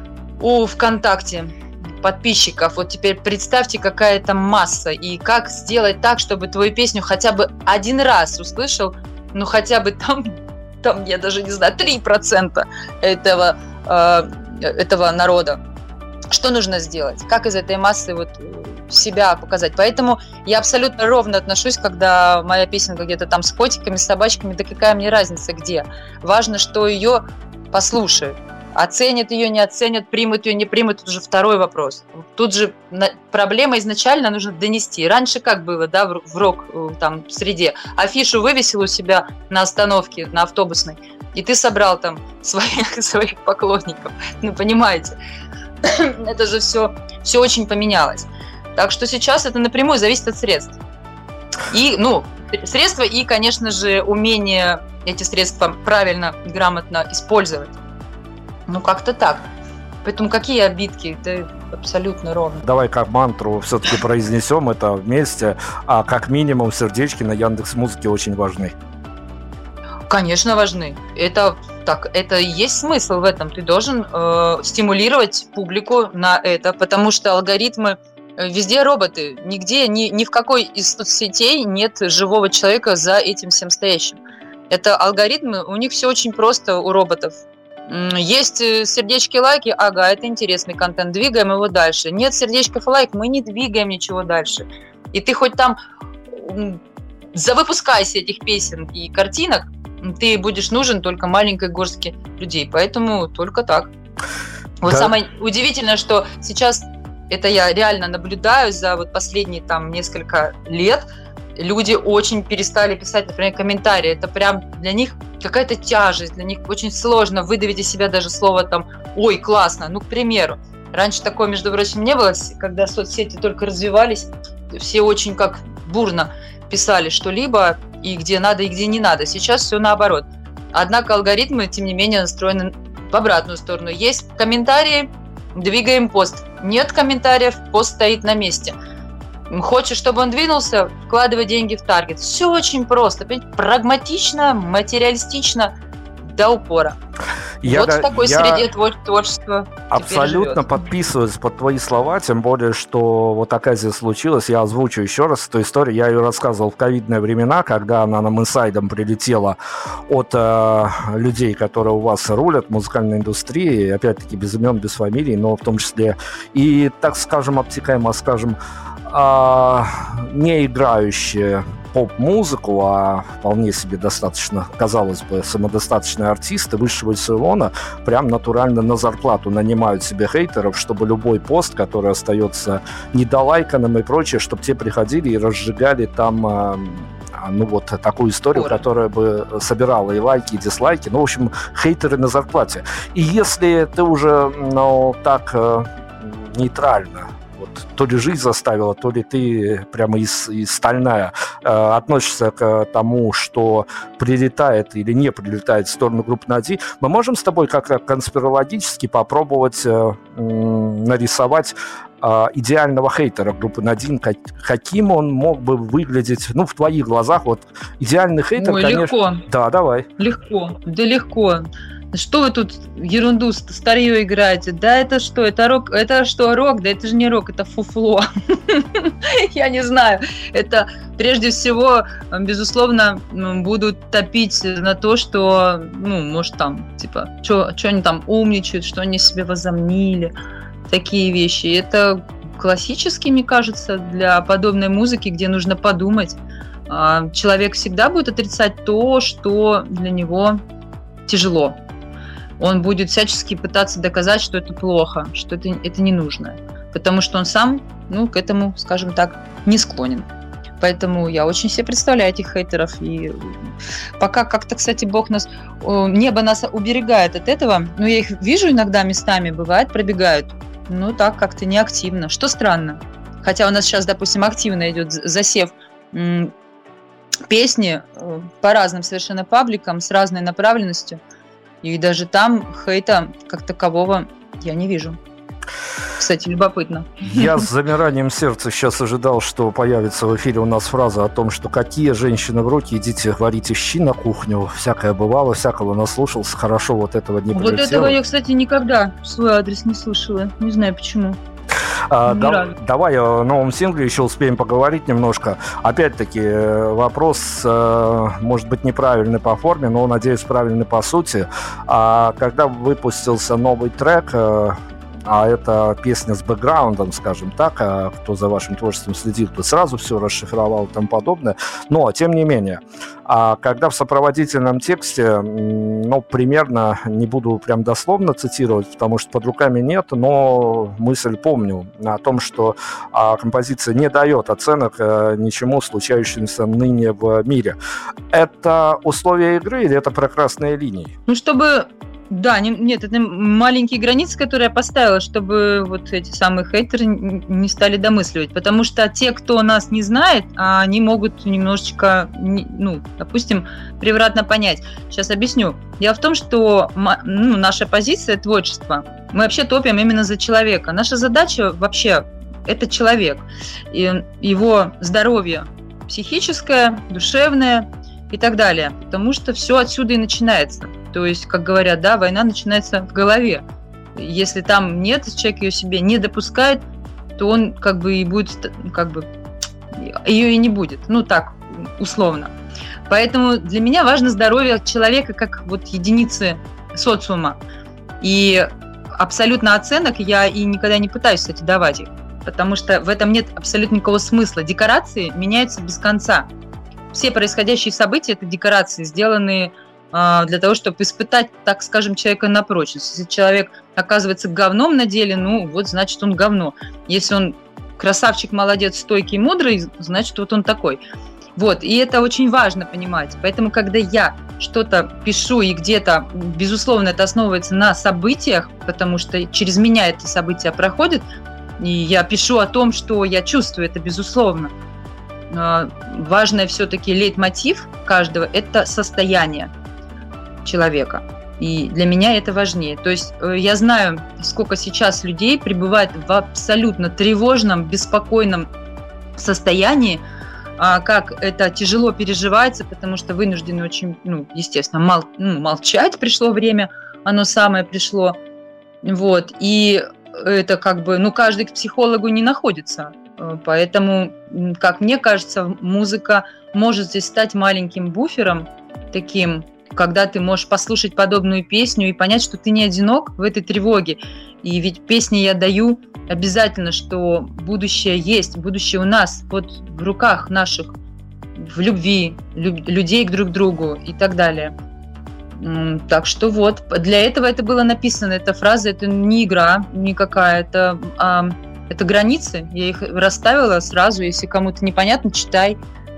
у ВКонтакте подписчиков. Вот теперь представьте, какая это масса, и как сделать так, чтобы твою песню хотя бы один раз услышал, ну хотя бы там, там я даже не знаю, три процента этого, э, этого народа. Что нужно сделать? Как из этой массы вот себя показать? Поэтому я абсолютно ровно отношусь, когда моя песенка где-то там с котиками, с собачками, да какая мне разница где. Важно, что ее послушают. Оценят ее, не оценят, примут ее, не примут, это уже второй вопрос. Тут же проблема изначально нужно донести. Раньше как было, да, в рок там, среде? Афишу вывесил у себя на остановке, на автобусной, и ты собрал там своих, своих поклонников. Ну, понимаете, это же все, все очень поменялось. Так что сейчас это напрямую зависит от средств. И, ну, средства и, конечно же, умение эти средства правильно, грамотно использовать. Ну, как-то так. Поэтому какие обидки? Это абсолютно ровно. Давай как мантру все-таки произнесем это вместе. А как минимум сердечки на Яндекс.Музыке очень важны. Конечно, важны. Это так, это и есть смысл в этом. Ты должен э, стимулировать публику на это, потому что алгоритмы везде роботы. Нигде, ни, ни в какой из соцсетей нет живого человека за этим всем стоящим. Это алгоритмы, у них все очень просто у роботов. Есть сердечки, лайки, ага, это интересный контент, двигаем его дальше. Нет сердечков и лайк, мы не двигаем ничего дальше. И ты хоть там завыпускайся этих песен и картинок, ты будешь нужен только маленькой горстке людей. Поэтому только так. Вот да. Самое удивительное, что сейчас это я реально наблюдаю за вот последние там несколько лет, люди очень перестали писать, например, комментарии. Это прям для них какая-то тяжесть, для них очень сложно выдавить из себя даже слово там «Ой, классно!» Ну, к примеру. Раньше такое, между прочим, не было, когда соцсети только развивались, все очень как бурно писали что-либо, и где надо, и где не надо. Сейчас все наоборот. Однако алгоритмы, тем не менее, настроены в обратную сторону. Есть комментарии, двигаем пост. Нет комментариев, пост стоит на месте. Хочешь, чтобы он двинулся, вкладывай деньги в таргет. Все очень просто, прагматично, материалистично, до упора. Я, вот в такой я среде творчества абсолютно подписываюсь под твои слова, тем более, что вот оказия случилась, я озвучу еще раз эту историю, я ее рассказывал в ковидные времена, когда она нам инсайдом прилетела от э, людей, которые у вас рулят музыкальной индустрией, опять-таки без имен, без фамилий, но в том числе и, так скажем, обтекаемо скажем, э, не играющие поп-музыку, а вполне себе достаточно, казалось бы, самодостаточные артисты высшего эшелона прям натурально на зарплату нанимают себе хейтеров, чтобы любой пост, который остается недолайканным и прочее, чтобы те приходили и разжигали там ну вот такую историю, Ура. Которая бы собирала и лайки, и дизлайки. Ну, в общем, хейтеры на зарплате. И если ты уже, ну, так э, нейтрально, вот, то ли жизнь заставила, то ли ты прямо из, из стальная э, относишься к тому, что прилетает или не прилетает в сторону группы Нади, мы можем с тобой как-то конспирологически попробовать э, э, нарисовать э, идеального хейтера группы Надин, как, каким он мог бы выглядеть, ну, в твоих глазах, вот, идеальный хейтер, Ой, конечно... легко. Да, давай. Легко, да легко. Что вы тут ерунду старье играете? Да это что? Это рок? Это что, рок? Да это же не рок, это фуфло. Я не знаю. Это прежде всего, безусловно, будут топить на то, что, ну, может, там, типа, что они там умничают, что они себе возомнили. Такие вещи. Это классически, мне кажется, для подобной музыки, где нужно подумать. Человек всегда будет отрицать то, что для него тяжело. Он будет всячески пытаться доказать, что это плохо, что это, это не нужно. Потому что он сам, ну, к этому, скажем так, не склонен. Поэтому я очень себе представляю этих хейтеров. И пока как-то, кстати, Бог нас, небо нас уберегает от этого. Но я их вижу иногда местами, бывает, пробегают. Ну, так как-то неактивно. Что странно. Хотя у нас сейчас, допустим, активно идет засев м- песни по разным совершенно пабликам с разной направленностью. И даже там хейта как такового я не вижу. Кстати, любопытно. Я с замиранием сердца сейчас ожидал, что появится в эфире у нас фраза о том, что какие женщины в руки, идите варите щи на кухню. Всякое бывало, всякого наслушался. Хорошо, вот этого не прилетело. Вот этого я, кстати, никогда в свой адрес не слышала. Не знаю почему. А, да, давай о новом сингле еще успеем поговорить немножко. Опять-таки, вопрос, может быть, неправильный по форме, но, надеюсь, правильный по сути. А когда выпустился новый трек, а это песня с бэкграундом, скажем так, а кто за вашим творчеством следил, бы сразу все расшифровал и тому подобное. Но, тем не менее, а когда в сопроводительном тексте, ну, примерно, не буду прям дословно цитировать, потому что под руками нет, но мысль помню о том, что а, композиция не дает оценок а, ничему, случающемуся ныне в мире. Это условия игры или это про красные линии? Ну, чтобы... Да, не, нет, это маленькие границы, которые я поставила, чтобы вот эти самые хейтеры не стали домысливать. Потому что те, кто нас не знает, они могут немножечко, ну, допустим, превратно понять. Сейчас объясню. Дело в том, что ну, наша позиция творчества, мы вообще топим именно за человека. Наша задача вообще – это человек. И его здоровье психическое, душевное и так далее. Потому что все отсюда и начинается. То есть, как говорят, да, война начинается в голове. Если там нет, человек ее себе не допускает, то он как бы и будет, как бы, ее и не будет. Ну, так, условно. Поэтому для меня важно здоровье человека как вот единицы социума. И абсолютно оценок я и никогда не пытаюсь, кстати, давать их. Потому что в этом нет абсолютно никакого смысла. Декорации меняются без конца. Все происходящие события – это декорации, сделанные для того, чтобы испытать, так скажем, человека на прочность. Если человек оказывается говном на деле, ну вот, значит, он говно. Если он красавчик, молодец, стойкий, мудрый, значит, вот он такой. Вот, и это очень важно понимать. Поэтому, когда я что-то пишу, и где-то, безусловно, это основывается на событиях, потому что через меня это события проходят, и я пишу о том, что я чувствую, это безусловно. Важный все-таки лейтмотив каждого – это состояние человека. И для меня это важнее. То есть я знаю, сколько сейчас людей пребывает в абсолютно тревожном, беспокойном состоянии, как это тяжело переживается, потому что вынуждены очень, ну, естественно, мол, ну, молчать пришло время, оно самое пришло. Вот. И это как бы, ну, каждый к психологу не находится. Поэтому, как мне кажется, музыка может здесь стать маленьким буфером таким, когда ты можешь послушать подобную песню и понять, что ты не одинок в этой тревоге. И ведь песни я даю обязательно, что будущее есть, будущее у нас, вот в руках наших, в любви, люб, людей друг к другу и так далее. Так что вот, для этого это было написано, эта фраза, это не игра никакая, это, а, это границы, я их расставила сразу, если кому-то непонятно, читай.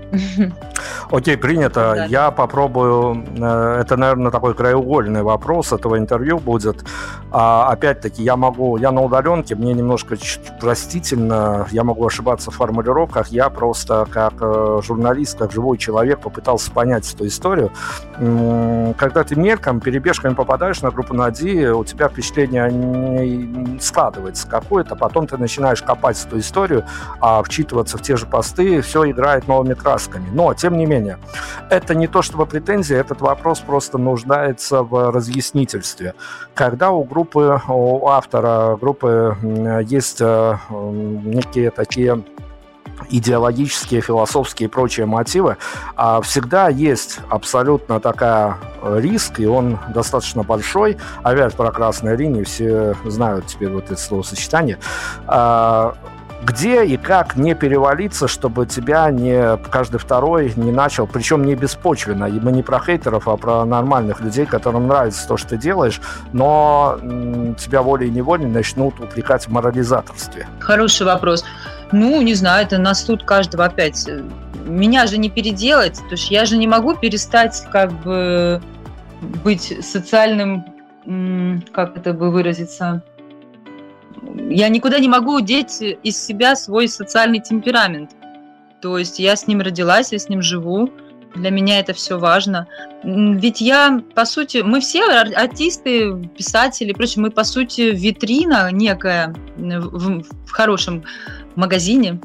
Окей, принято. Да. Я попробую. Это, наверное, такой краеугольный вопрос этого интервью будет. А, опять-таки, я могу, я на удаленке, мне немножко простительно, я могу ошибаться в формулировках. Я просто как журналист, как живой человек попытался понять эту историю. Когда ты мельком, перебежками попадаешь на группу Нади, у тебя впечатление не складывается какое-то, потом ты начинаешь копать эту историю, а вчитываться в те же посты, все играет новыми красками. Но, тем не менее, это не то чтобы претензия, этот вопрос просто нуждается в разъяснительстве. Когда у группы, у автора группы есть некие такие идеологические, философские и прочие мотивы, всегда есть абсолютно такая риск, и он достаточно большой. Опять про красные линии, все знают теперь вот это словосочетание. Где и как не перевалиться, чтобы тебя не каждый второй не начал, причем не беспочвенно. И мы не про хейтеров, а про нормальных людей, которым нравится то, что ты делаешь, но м, тебя волей-неволей начнут упрекать в морализаторстве. Хороший вопрос. Ну, не знаю, это на суд каждого опять. Меня же не переделать, то есть я же не могу перестать как бы быть социальным, как это бы выразиться... Я никуда не могу деть из себя свой социальный темперамент. То есть я с ним родилась, я с ним живу. Для меня это все важно. Ведь я, по сути, мы все артисты, писатели, прочее, мы, по сути, витрина некая в, в хорошем магазине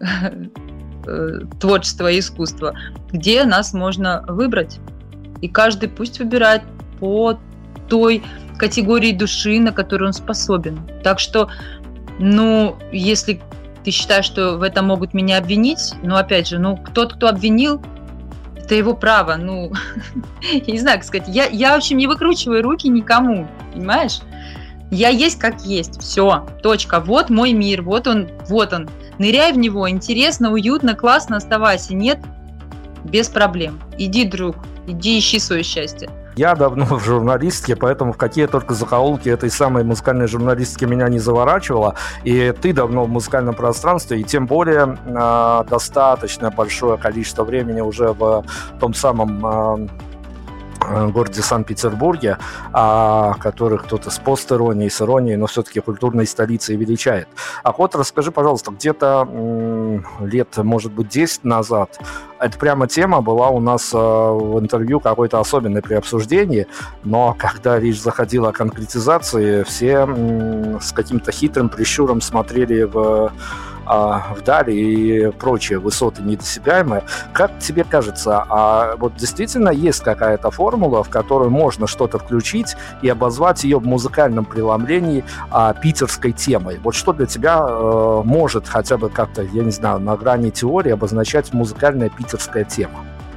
творчества и искусства, где нас можно выбрать. И каждый пусть выбирает по той категории души, на которую он способен. Так что, ну, если ты считаешь, что в этом могут меня обвинить, ну, опять же, ну, тот, кто обвинил, это его право, ну, я не знаю, как сказать, я, я, в общем, не выкручиваю руки никому, понимаешь? Я есть как есть, все, точка. Вот мой мир, вот он, вот он. Ныряй в него, интересно, уютно, классно, оставайся. Нет, без проблем. Иди, друг, иди ищи свое счастье. Я давно в журналистике, поэтому в какие только закоулки этой самой музыкальной журналистики меня не заворачивало. И ты давно в музыкальном пространстве, и тем более э, достаточно большое количество времени уже в том самом э, городе Санкт-Петербурге, а, который кто-то с пост-иронией, с иронией, но все-таки культурной столицей величает. А вот расскажи, пожалуйста, где-то м- лет, может быть, десять назад эта прямо тема была у нас э, в интервью какой-то особенной при обсуждении, но когда речь заходила о конкретизации, все м- с каким-то хитрым прищуром смотрели в вдали и прочие высоты недосягаемые. Как тебе кажется, а вот действительно есть какая-то формула, в которую можно что-то включить и обозвать ее в музыкальном преломлении а, питерской темой? Вот что для тебя э, может хотя бы как-то, я не знаю, на грани теории обозначать музыкальная питерская тема?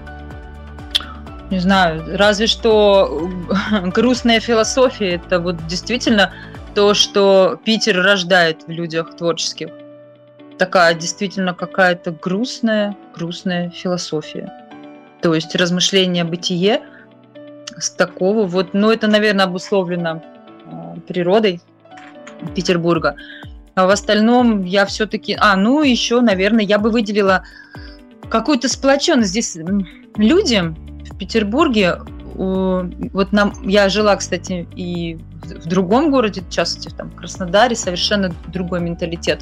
Не знаю, разве что грустная философия – это вот действительно то, что Питер рождает в людях творческих. Такая действительно какая-то грустная, грустная философия. То есть размышление о бытие с такого вот, ну это, наверное, обусловлено э, природой Петербурга. А в остальном я все-таки... А, ну еще, наверное, я бы выделила какую-то сплоченность. Здесь люди в Петербурге, э, вот нам, я жила, кстати, и в, в другом городе, в частности, там, в Краснодаре, совершенно другой менталитет.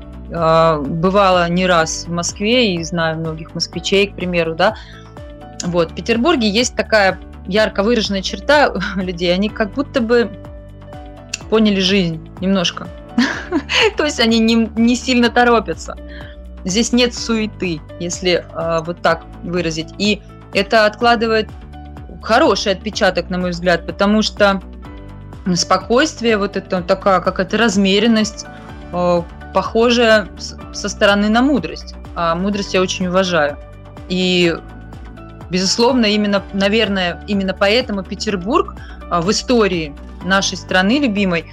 Бывала не раз в Москве и знаю многих москвичей, к примеру, да. Вот, в Петербурге есть такая ярко выраженная черта людей, они как будто бы поняли жизнь немножко. То есть они не, не сильно торопятся. Здесь нет суеты, если э, вот так выразить. И это откладывает хороший отпечаток, на мой взгляд, потому что спокойствие, вот это такая какая-то размеренность, э, похожая со стороны на мудрость. А мудрость я очень уважаю. И, безусловно, именно, наверное, именно поэтому Петербург в истории нашей страны любимой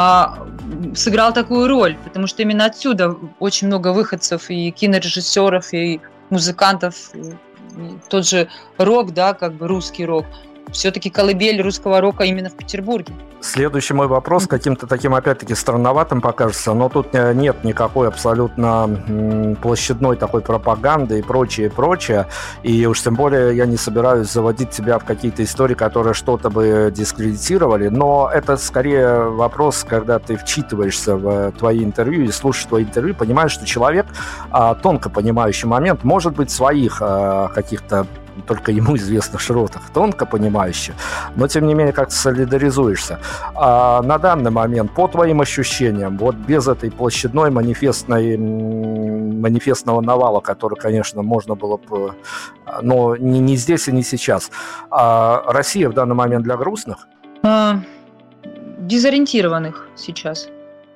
сыграл такую роль, потому что именно отсюда очень много выходцев и кинорежиссеров, и музыкантов, и тот же рок, да, как бы русский рок. Все-таки колыбель русского рока именно в Петербурге. Следующий мой вопрос каким-то таким, опять-таки, странноватым покажется, но тут нет никакой абсолютно площадной такой пропаганды и прочее, прочее. И уж тем более я не собираюсь заводить тебя в какие-то истории, которые что-то бы дискредитировали, но это скорее вопрос, когда ты вчитываешься в твои интервью и слушаешь твои интервью, понимаешь, что человек, тонко понимающий момент, может быть, своих каких-то только ему известных широтах, тонко понимающий, но тем не менее как-то солидаризуешься. А на данный момент, по твоим ощущениям, вот без этой площадной манифестной, манифестного навала, который, конечно, можно было бы, но не, не здесь и не сейчас, а Россия в данный момент для грустных? А, дезориентированных сейчас.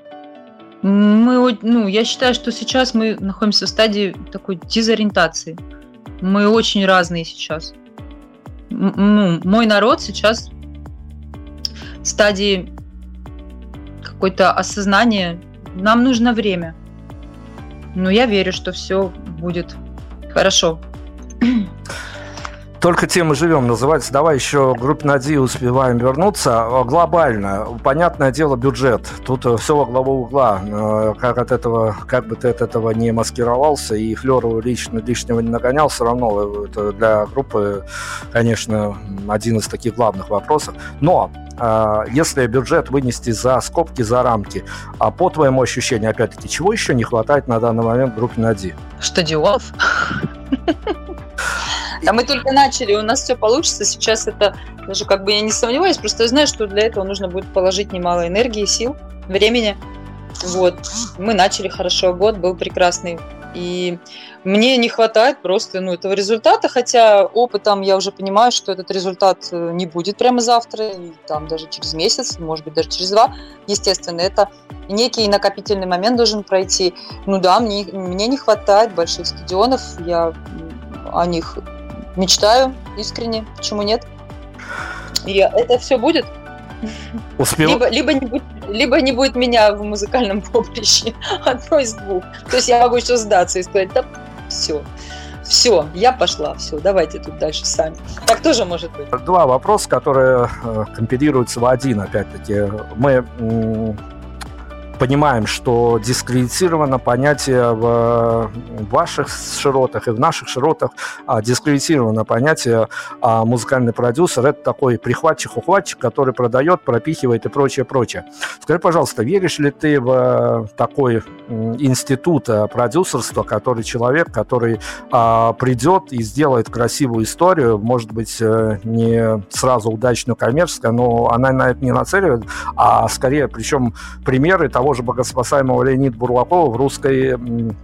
Мы, ну, я считаю, что сейчас мы находимся в стадии такой дезориентации. Мы очень разные сейчас. Ну, мой народ сейчас в стадии какой-то осознания. Нам нужно время. Но я верю, что все будет хорошо. Только тем и живем, называется. Давай еще к группе «Нади» успеваем вернуться. Глобально, понятное дело, бюджет. Тут все во главу угла. Как от этого, как бы ты от этого не маскировался и флёру лично, лишнего не нагонял, все равно это для группы, конечно, один из таких главных вопросов. Но если бюджет вынести за скобки, за рамки, а по твоему ощущению, опять-таки, чего еще не хватает на данный момент группе «Нади»? Стадионов. А мы только начали, у нас все получится. Сейчас это даже как бы я не сомневаюсь, просто я знаю, что для этого нужно будет положить немало энергии, сил, времени. Вот. Мы начали хорошо, год был прекрасный. И мне не хватает просто ну, этого результата, хотя опытом я уже понимаю, что этот результат не будет прямо завтра, и там даже через месяц, может быть, даже через два. Естественно, это некий накопительный момент должен пройти. Ну да, мне, мне не хватает больших стадионов, я о них мечтаю искренне, почему нет? И это все будет. Успел... Либо, либо, не будет, либо не будет меня в музыкальном поприще. Одно из двух. То есть я могу еще сдаться и сказать, да, все. Все, я пошла, все, давайте тут дальше сами. Так тоже может быть. Два вопроса, которые компилируются в один, опять-таки. Мы м- понимаем, что дискредитировано понятие в ваших широтах и в наших широтах, а дискредитировано понятие а музыкальный продюсер. Это такой прихватчик-ухватчик, который продает, пропихивает и прочее, прочее. Скажи, пожалуйста, веришь ли ты в такой институт продюсерства, который человек, который а, придет и сделает красивую историю, может быть, не сразу удачную коммерческую, но она на это не нацеливает, а скорее, причем примеры того же богоспасаемого Леонида Бурлакова в русской,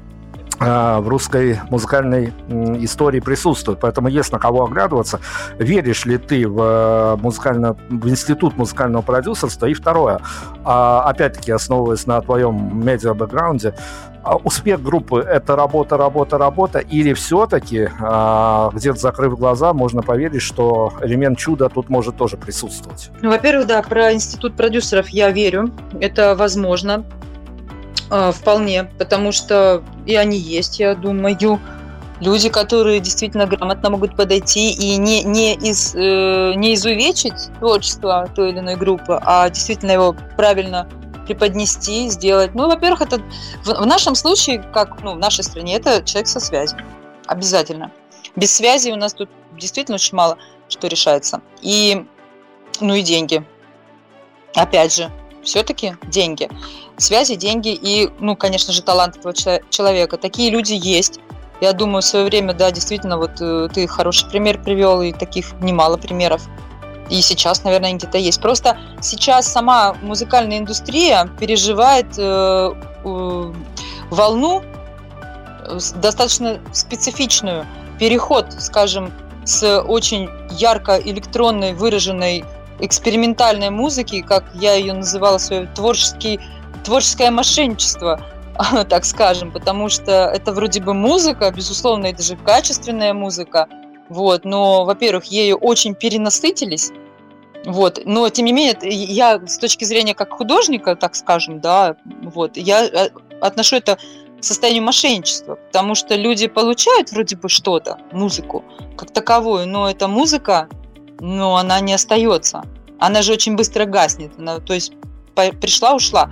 в русской музыкальной истории присутствует. Поэтому есть на кого оглядываться. Веришь ли ты в, музыкально, в институт музыкального продюсерства? И второе, опять-таки, основываясь на твоем медиа-бэкграунде, успех группы – это работа, работа, работа, или все-таки, где-то закрыв глаза, можно поверить, что элемент чуда тут может тоже присутствовать? Ну, во-первых, да, про институт продюсеров я верю. Это возможно. Вполне, потому что и они есть, я думаю. Люди, которые действительно грамотно могут подойти и не, не, из, э, не изувечить творчество той или иной группы, а действительно его правильно преподнести, сделать. Ну, во-первых, это в, в нашем случае, как ну, в нашей стране, это человек со связью. Обязательно. Без связи у нас тут действительно очень мало что решается. И, ну и деньги. Опять же, все-таки деньги. Связи, деньги и, ну, конечно же, талант этого человека. Такие люди есть. Я думаю, в свое время, да, действительно, вот э, ты хороший пример привел, и таких немало примеров. И сейчас, наверное, где-то есть. Просто сейчас сама музыкальная индустрия переживает э, э, волну э, достаточно специфичную. Переход, скажем, с очень ярко электронной, выраженной экспериментальной музыки, как я ее называла, свое творческий, творческое мошенничество, так скажем, потому что это вроде бы музыка, безусловно, это же качественная музыка, вот, но, во-первых, ею очень перенасытились, вот, но, тем не менее, я с точки зрения как художника, так скажем, да, вот, я отношу это к состоянию мошенничества, потому что люди получают вроде бы что-то, музыку, как таковую, но эта музыка, но она не остается, она же очень быстро гаснет, она, то есть пришла, ушла.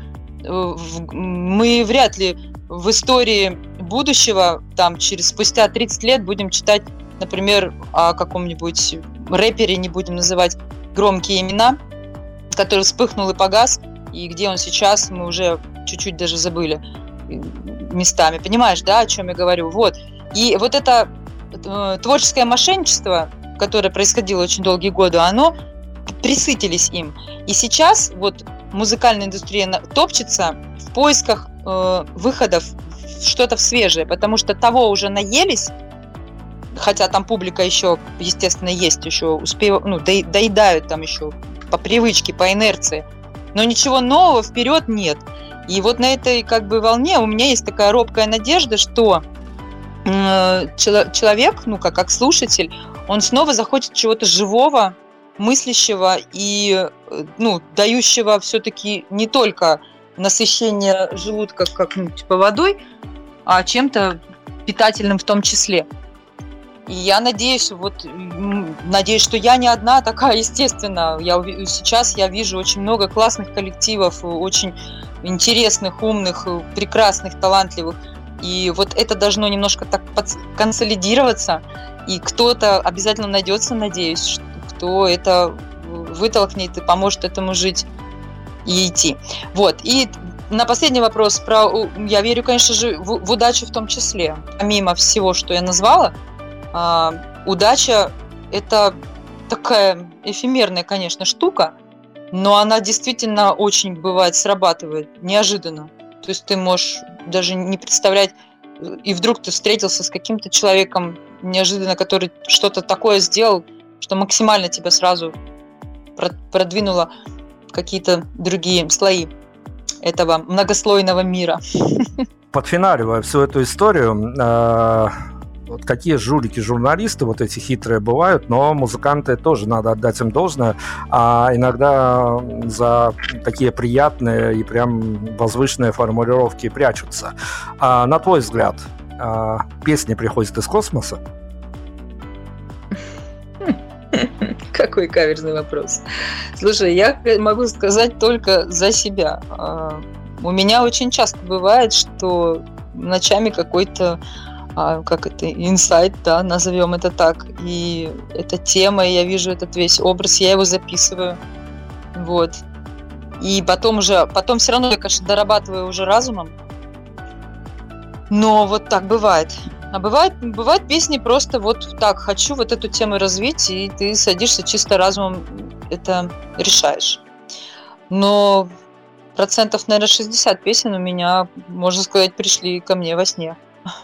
Мы вряд ли в истории будущего, там, через спустя тридцать лет будем читать, например, о каком-нибудь рэпере, не будем называть громкие имена, который вспыхнул и погас, и где он сейчас, мы уже чуть-чуть даже забыли местами. Понимаешь, да, о чем я говорю? Вот. И вот это э, творческое мошенничество, которое происходило очень долгие годы, оно присытились им. И сейчас вот музыкальная индустрия топчется в поисках э, выходов в что-то свежее, потому что того уже наелись, хотя там публика еще, естественно, есть, еще успев, ну, доедают там еще по привычке, по инерции, но ничего нового вперед нет. И вот на этой как бы волне у меня есть такая робкая надежда, что э, человек, ну как, как слушатель, он снова захочет чего-то живого, мыслящего и, ну, дающего все-таки не только насыщение желудка как, ну, типа водой, а чем-то питательным в том числе. И я надеюсь, вот, надеюсь, что я не одна такая, естественно. Я, сейчас я вижу очень много классных коллективов, очень интересных, умных, прекрасных, талантливых. И вот это должно немножко так консолидироваться, и кто-то обязательно найдется, надеюсь, кто это вытолкнет и поможет этому жить и идти. Вот. И на последний вопрос про... Я верю, конечно же, в, в удачу в том числе. Помимо всего, что я назвала, э, удача – это такая эфемерная, конечно, штука, но она действительно очень, бывает, срабатывает неожиданно. То есть ты можешь даже не представлять, и вдруг ты встретился с каким-то человеком неожиданно, который что-то такое сделал, что максимально тебя сразу продвинуло в какие-то другие слои этого многослойного мира. Подфиналивая всю эту историю, вот какие жулики-журналисты вот эти хитрые бывают, но музыканты тоже, надо отдать им должное, а иногда за такие приятные и прям возвышенные формулировки прячутся. А, на твой взгляд, а, песни приходят из космоса? Какой каверзный вопрос. Слушай, я могу сказать только за себя. У меня очень часто бывает, что ночами какой-то, как это, инсайт, да, назовем это так, и эта тема, я вижу этот весь образ, я его записываю, вот. И потом уже, потом все равно я, конечно, дорабатываю уже разумом, но вот так бывает. А бывает, бывают песни просто вот так, хочу вот эту тему развить, и ты садишься чисто разумом, это решаешь. Но процентов, наверное, шестьдесят песен у меня, можно сказать, пришли ко мне во сне.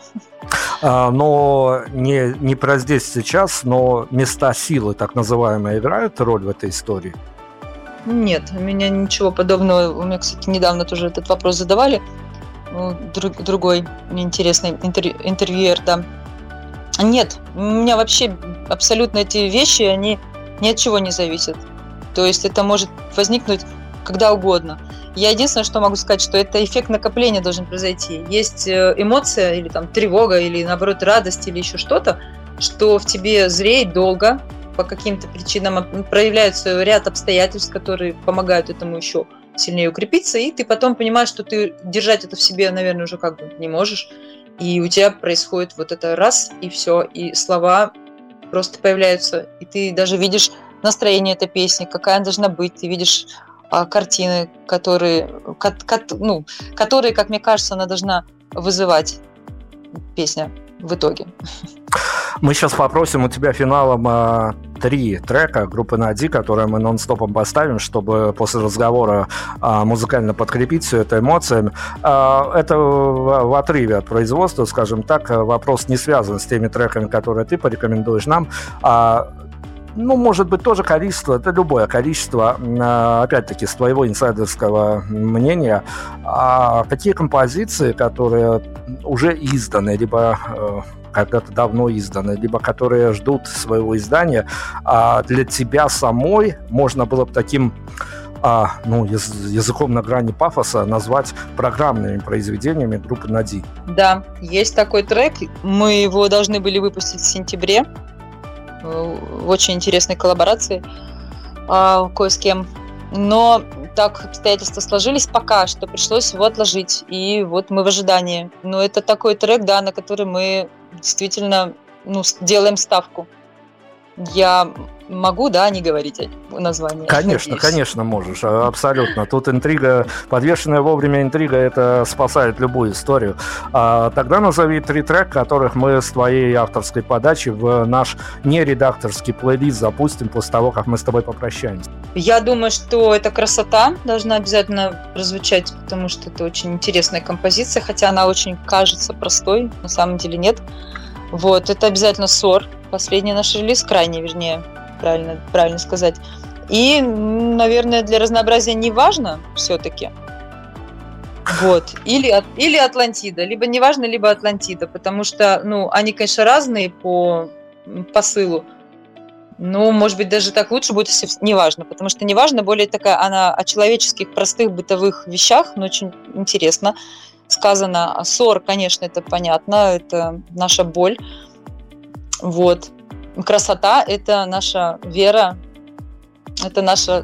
А, но не, не про здесь сейчас, но места силы, так называемые, играют роль в этой истории? Нет, у меня ничего подобного. У меня, кстати, недавно тоже этот вопрос задавали. Друг, другой интересный интервью, интервьюер, да. Нет, у меня вообще абсолютно эти вещи, они ни от чего не зависят. То есть это может возникнуть когда угодно. Я единственное, что могу сказать, что это эффект накопления должен произойти. Есть эмоция или там тревога, или наоборот радость, или еще что-то, что в тебе зреет долго, по каким-то причинам проявляются ряд обстоятельств, которые помогают этому еще сильнее укрепиться, и ты потом понимаешь, что ты держать это в себе, наверное, уже как бы не можешь, и у тебя происходит вот это раз, и все, и слова просто появляются, и ты даже видишь настроение этой песни, какая она должна быть, ты видишь а, картины, которые, ко- ко- ну, которые, как мне кажется, она должна вызывать, песня в итоге. Мы сейчас попросим у тебя финалом а, три трека группы Нади, которые мы нон-стопом поставим, чтобы после разговора а, музыкально подкрепить все это эмоциями. А, это в, в отрыве от производства, скажем так, вопрос не связан с теми треками, которые ты порекомендуешь нам. А, ну, может быть, тоже количество, это любое количество, опять-таки, с твоего инсайдерского мнения, а какие композиции, которые уже изданы, либо когда-то давно изданы, либо которые ждут своего издания, а для тебя самой можно было бы таким, а, ну, языком на грани пафоса назвать программными произведениями группы Нади? Да, есть такой трек, мы его должны были выпустить в сентябре, в очень интересной коллаборации а, кое с кем, но так обстоятельства сложились пока, что пришлось его отложить, и вот мы в ожидании. Но это такой трек, да, на который мы действительно, ну, делаем ставку. Я могу, да, не говорить название? Конечно, надеюсь. Конечно, можешь, абсолютно. Тут интрига, подвешенная вовремя интрига, это спасает любую историю. А, тогда назови три трека, которых мы с твоей авторской подачи в наш нередакторский плейлист запустим после того, как мы с тобой попрощаемся. Я думаю, что эта «Красота» должна обязательно прозвучать, потому что это очень интересная композиция, хотя она очень кажется простой, на самом деле нет. Вот, это обязательно «Сор», последний наш релиз, крайний, вернее, правильно, правильно сказать. И, наверное, для разнообразия не важно все-таки. Вот. Или, или «Атлантида». Либо не важно, либо «Атлантида», потому что, ну, они, конечно, разные по посылу. Ну, может быть, даже так лучше будет, если не важно, потому что не важно, более такая, она о человеческих, простых, бытовых вещах, но очень интересно сказано. «Сор», конечно, это понятно, это наша боль. Вот. «Красота» — это наша вера, это наша,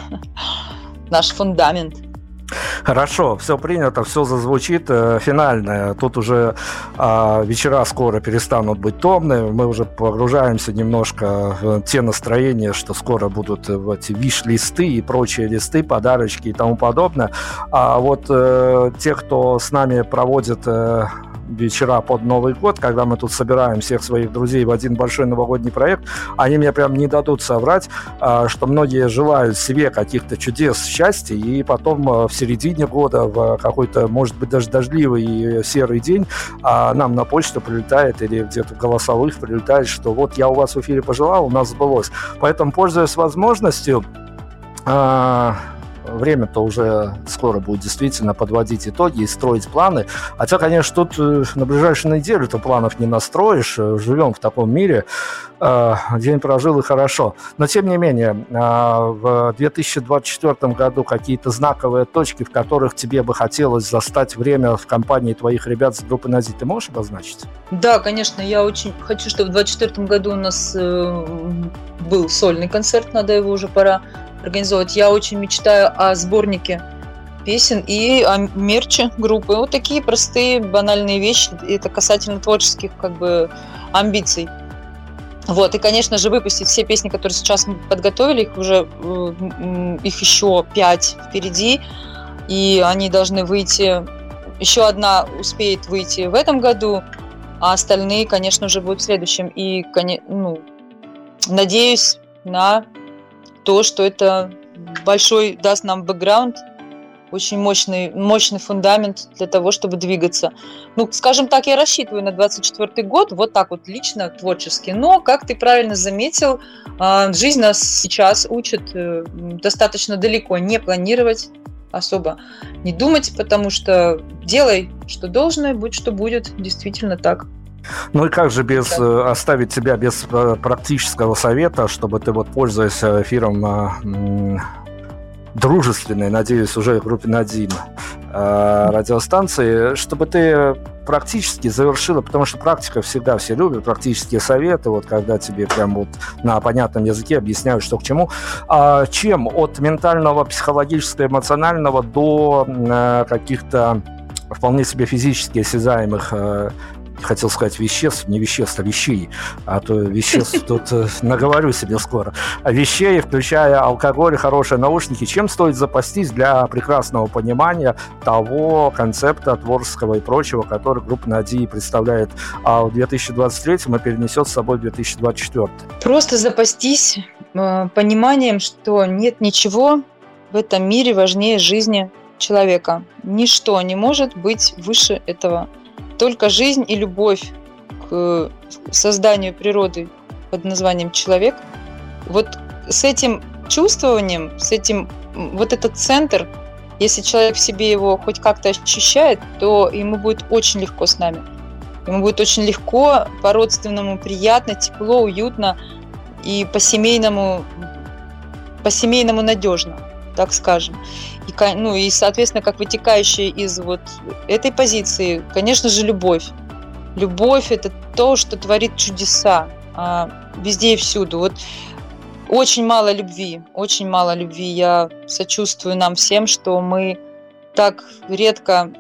наш фундамент. Хорошо, все принято, все зазвучит. Финальное. Тут уже а, вечера скоро перестанут быть томными. Мы уже погружаемся немножко в те настроения, что скоро будут эти виш-листы и прочие листы, подарочки и тому подобное. А вот э, те, кто с нами проводит э, вечера под Новый год, когда мы тут собираем всех своих друзей в один большой новогодний проект, они мне прям не дадут соврать, что многие желают себе каких-то чудес, счастья, и потом в середине года, в какой-то, может быть, даже дождливый и серый день, нам на почту прилетает или где-то в голосовых прилетает, что вот я у вас в эфире пожелал, у нас сбылось. Поэтому, пользуясь возможностью, время-то уже скоро будет действительно подводить итоги и строить планы. Хотя, конечно, тут на ближайшую неделю-то планов не настроишь. Живем в таком мире. День прожил и хорошо. Но, тем не менее, в две тысячи двадцать четвёртом году какие-то знаковые точки, в которых тебе бы хотелось застать время в компании твоих ребят с группы Нади, ты можешь обозначить? Да, конечно, я очень хочу, чтобы в двадцать четвёртом году у нас э, был сольный концерт, надо его уже пора организовать. Я очень мечтаю о сборнике песен и о мерче группы. Вот такие простые, банальные вещи. Это касательно творческих как бы амбиций. Вот, и, конечно же, выпустить все песни, которые сейчас мы подготовили, их уже, их еще пять впереди, и они должны выйти, еще одна успеет выйти в этом году, а остальные, конечно, уже будут в следующем. И, ну, надеюсь на то, что это большой даст нам бэкграунд, очень мощный, мощный фундамент для того, чтобы двигаться. Ну, скажем так, я рассчитываю на двадцать четвёртый год, вот так вот лично, творчески. Но, как ты правильно заметил, жизнь нас сейчас учит достаточно далеко не планировать, особо не думать, потому что делай, что должно, и будь, что будет, действительно так. Ну и как же без да. оставить тебя без практического совета, чтобы ты, вот, пользуясь эфиром дружественной, надеюсь, уже в группе Надим радиостанции, чтобы ты практически завершила, потому что практика всегда все любят, практические советы, вот когда тебе прям вот на понятном языке объясняют, что к чему. А чем от ментального, психологического, эмоционального до э, каких-то вполне себе физически осязаемых, э, хотел сказать веществ, не веществ, а вещей, а то веществ тут наговорю себе скоро. Вещей, включая алкоголь, хорошие наушники, чем стоит запастись для прекрасного понимания того концепта творческого и прочего, который группа Нади представляет а в две тысячи двадцать третьем и перенесет с собой в две тысячи двадцать четвёртый? Просто запастись э, пониманием, что нет ничего в этом мире важнее жизни человека. Ничто не может быть выше этого. Только жизнь и любовь к созданию природы под названием человек. Вот с этим чувствованием, с этим, вот этот центр, если человек в себе его хоть как-то ощущает, то ему будет очень легко с нами. Ему будет очень легко, по-родственному приятно, тепло, уютно и по-семейному, по-семейному надежно, так скажем. И, ну, и, соответственно, как вытекающее из вот этой позиции, конечно же, любовь. Любовь – это то, что творит чудеса а, везде и всюду. Вот очень мало любви, очень мало любви. Я сочувствую нам всем, что мы так редко,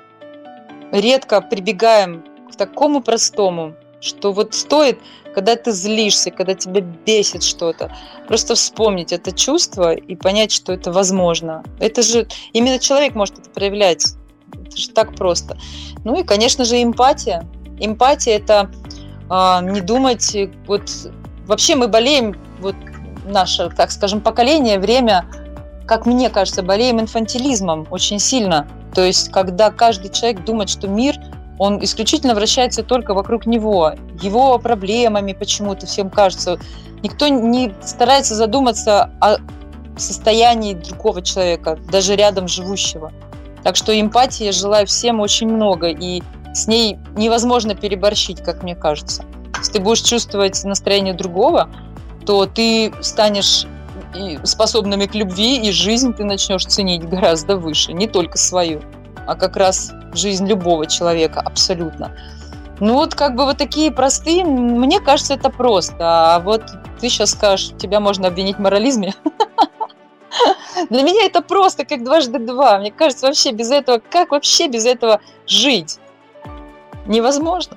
редко прибегаем к такому простому, что вот стоит, когда ты злишься, когда тебя бесит что-то, просто вспомнить это чувство и понять, что это возможно. Это же именно человек может это проявлять. Это же так просто. Ну и, конечно же, эмпатия. Эмпатия – это э, не думать… Вот, вообще мы болеем, вот наше, так скажем, поколение, время, как мне кажется, болеем инфантилизмом очень сильно. То есть, когда каждый человек думает, что мир – он исключительно вращается только вокруг него, его проблемами почему-то всем кажется. Никто не старается задуматься о состоянии другого человека, даже рядом живущего. Так что эмпатии я желаю всем очень много, и с ней невозможно переборщить, как мне кажется. Если ты будешь чувствовать настроение другого, то ты станешь способными к любви, и жизнь ты начнешь ценить гораздо выше, не только свою, а как раз жизнь любого человека, абсолютно. Ну вот как бы вот такие простые, мне кажется, это просто. А вот ты сейчас скажешь, тебя можно обвинить в морализме. Для меня это просто как дважды два. Мне кажется, вообще без этого, как вообще без этого жить? Невозможно.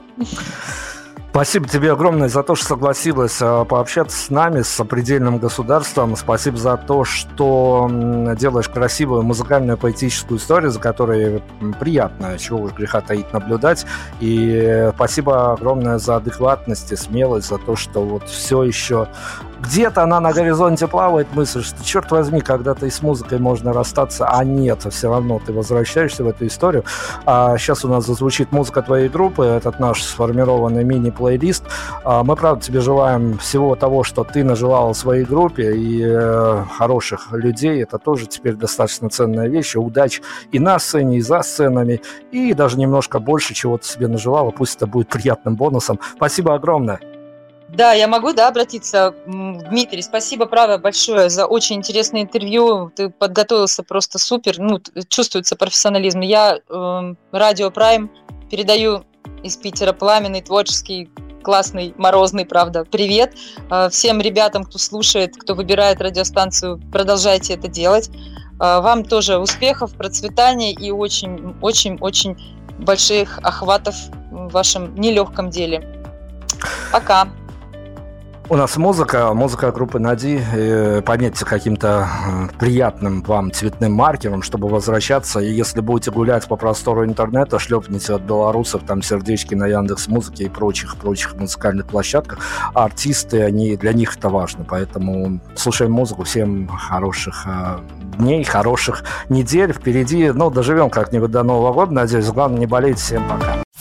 Спасибо тебе огромное за то, что согласилась пообщаться с нами, с сопредельным государством. Спасибо за то, что делаешь красивую музыкальную поэтическую историю, за которой приятно, чего уж греха таить, наблюдать. И спасибо огромное за адекватность и смелость, за то, что вот все еще где-то она на горизонте плавает, мысль, что, черт возьми, когда-то и с музыкой можно расстаться, а нет, все равно ты возвращаешься в эту историю. А сейчас у нас зазвучит музыка твоей группы, этот наш сформированный мини-плейлист. А мы, правда, тебе желаем всего того, что ты нажелал своей группе, и э, хороших людей. Это тоже теперь достаточно ценная вещь. Удачи и на сцене, и за сценами, и даже немножко больше, чего ты себе нажелала. Пусть это будет приятным бонусом. Спасибо огромное. Да, я могу, да, обратиться. Дмитрий, спасибо, правда, большое за очень интересное интервью. Ты подготовился просто супер. Ну, чувствуется профессионализм. Я э, Радио Прайм передаю из Питера пламенный, творческий, классный, морозный, правда, привет. Э, всем ребятам, кто слушает, кто выбирает радиостанцию, продолжайте это делать. Э, вам тоже успехов, процветания и очень-очень-очень больших охватов в вашем нелегком деле. Пока. У нас музыка, музыка группы Нади. Пометьте каким-то приятным вам цветным маркером, чтобы возвращаться. И если будете гулять по простору интернета, шлепните от белорусов там сердечки на Яндекс.Музыке и прочих-прочих музыкальных площадках. А артисты, они, для них это важно. Поэтому слушаем музыку. Всем хороших дней, хороших недель впереди. Ну, доживем как-нибудь до Нового года, надеюсь. Главное, не болейте. Всем пока.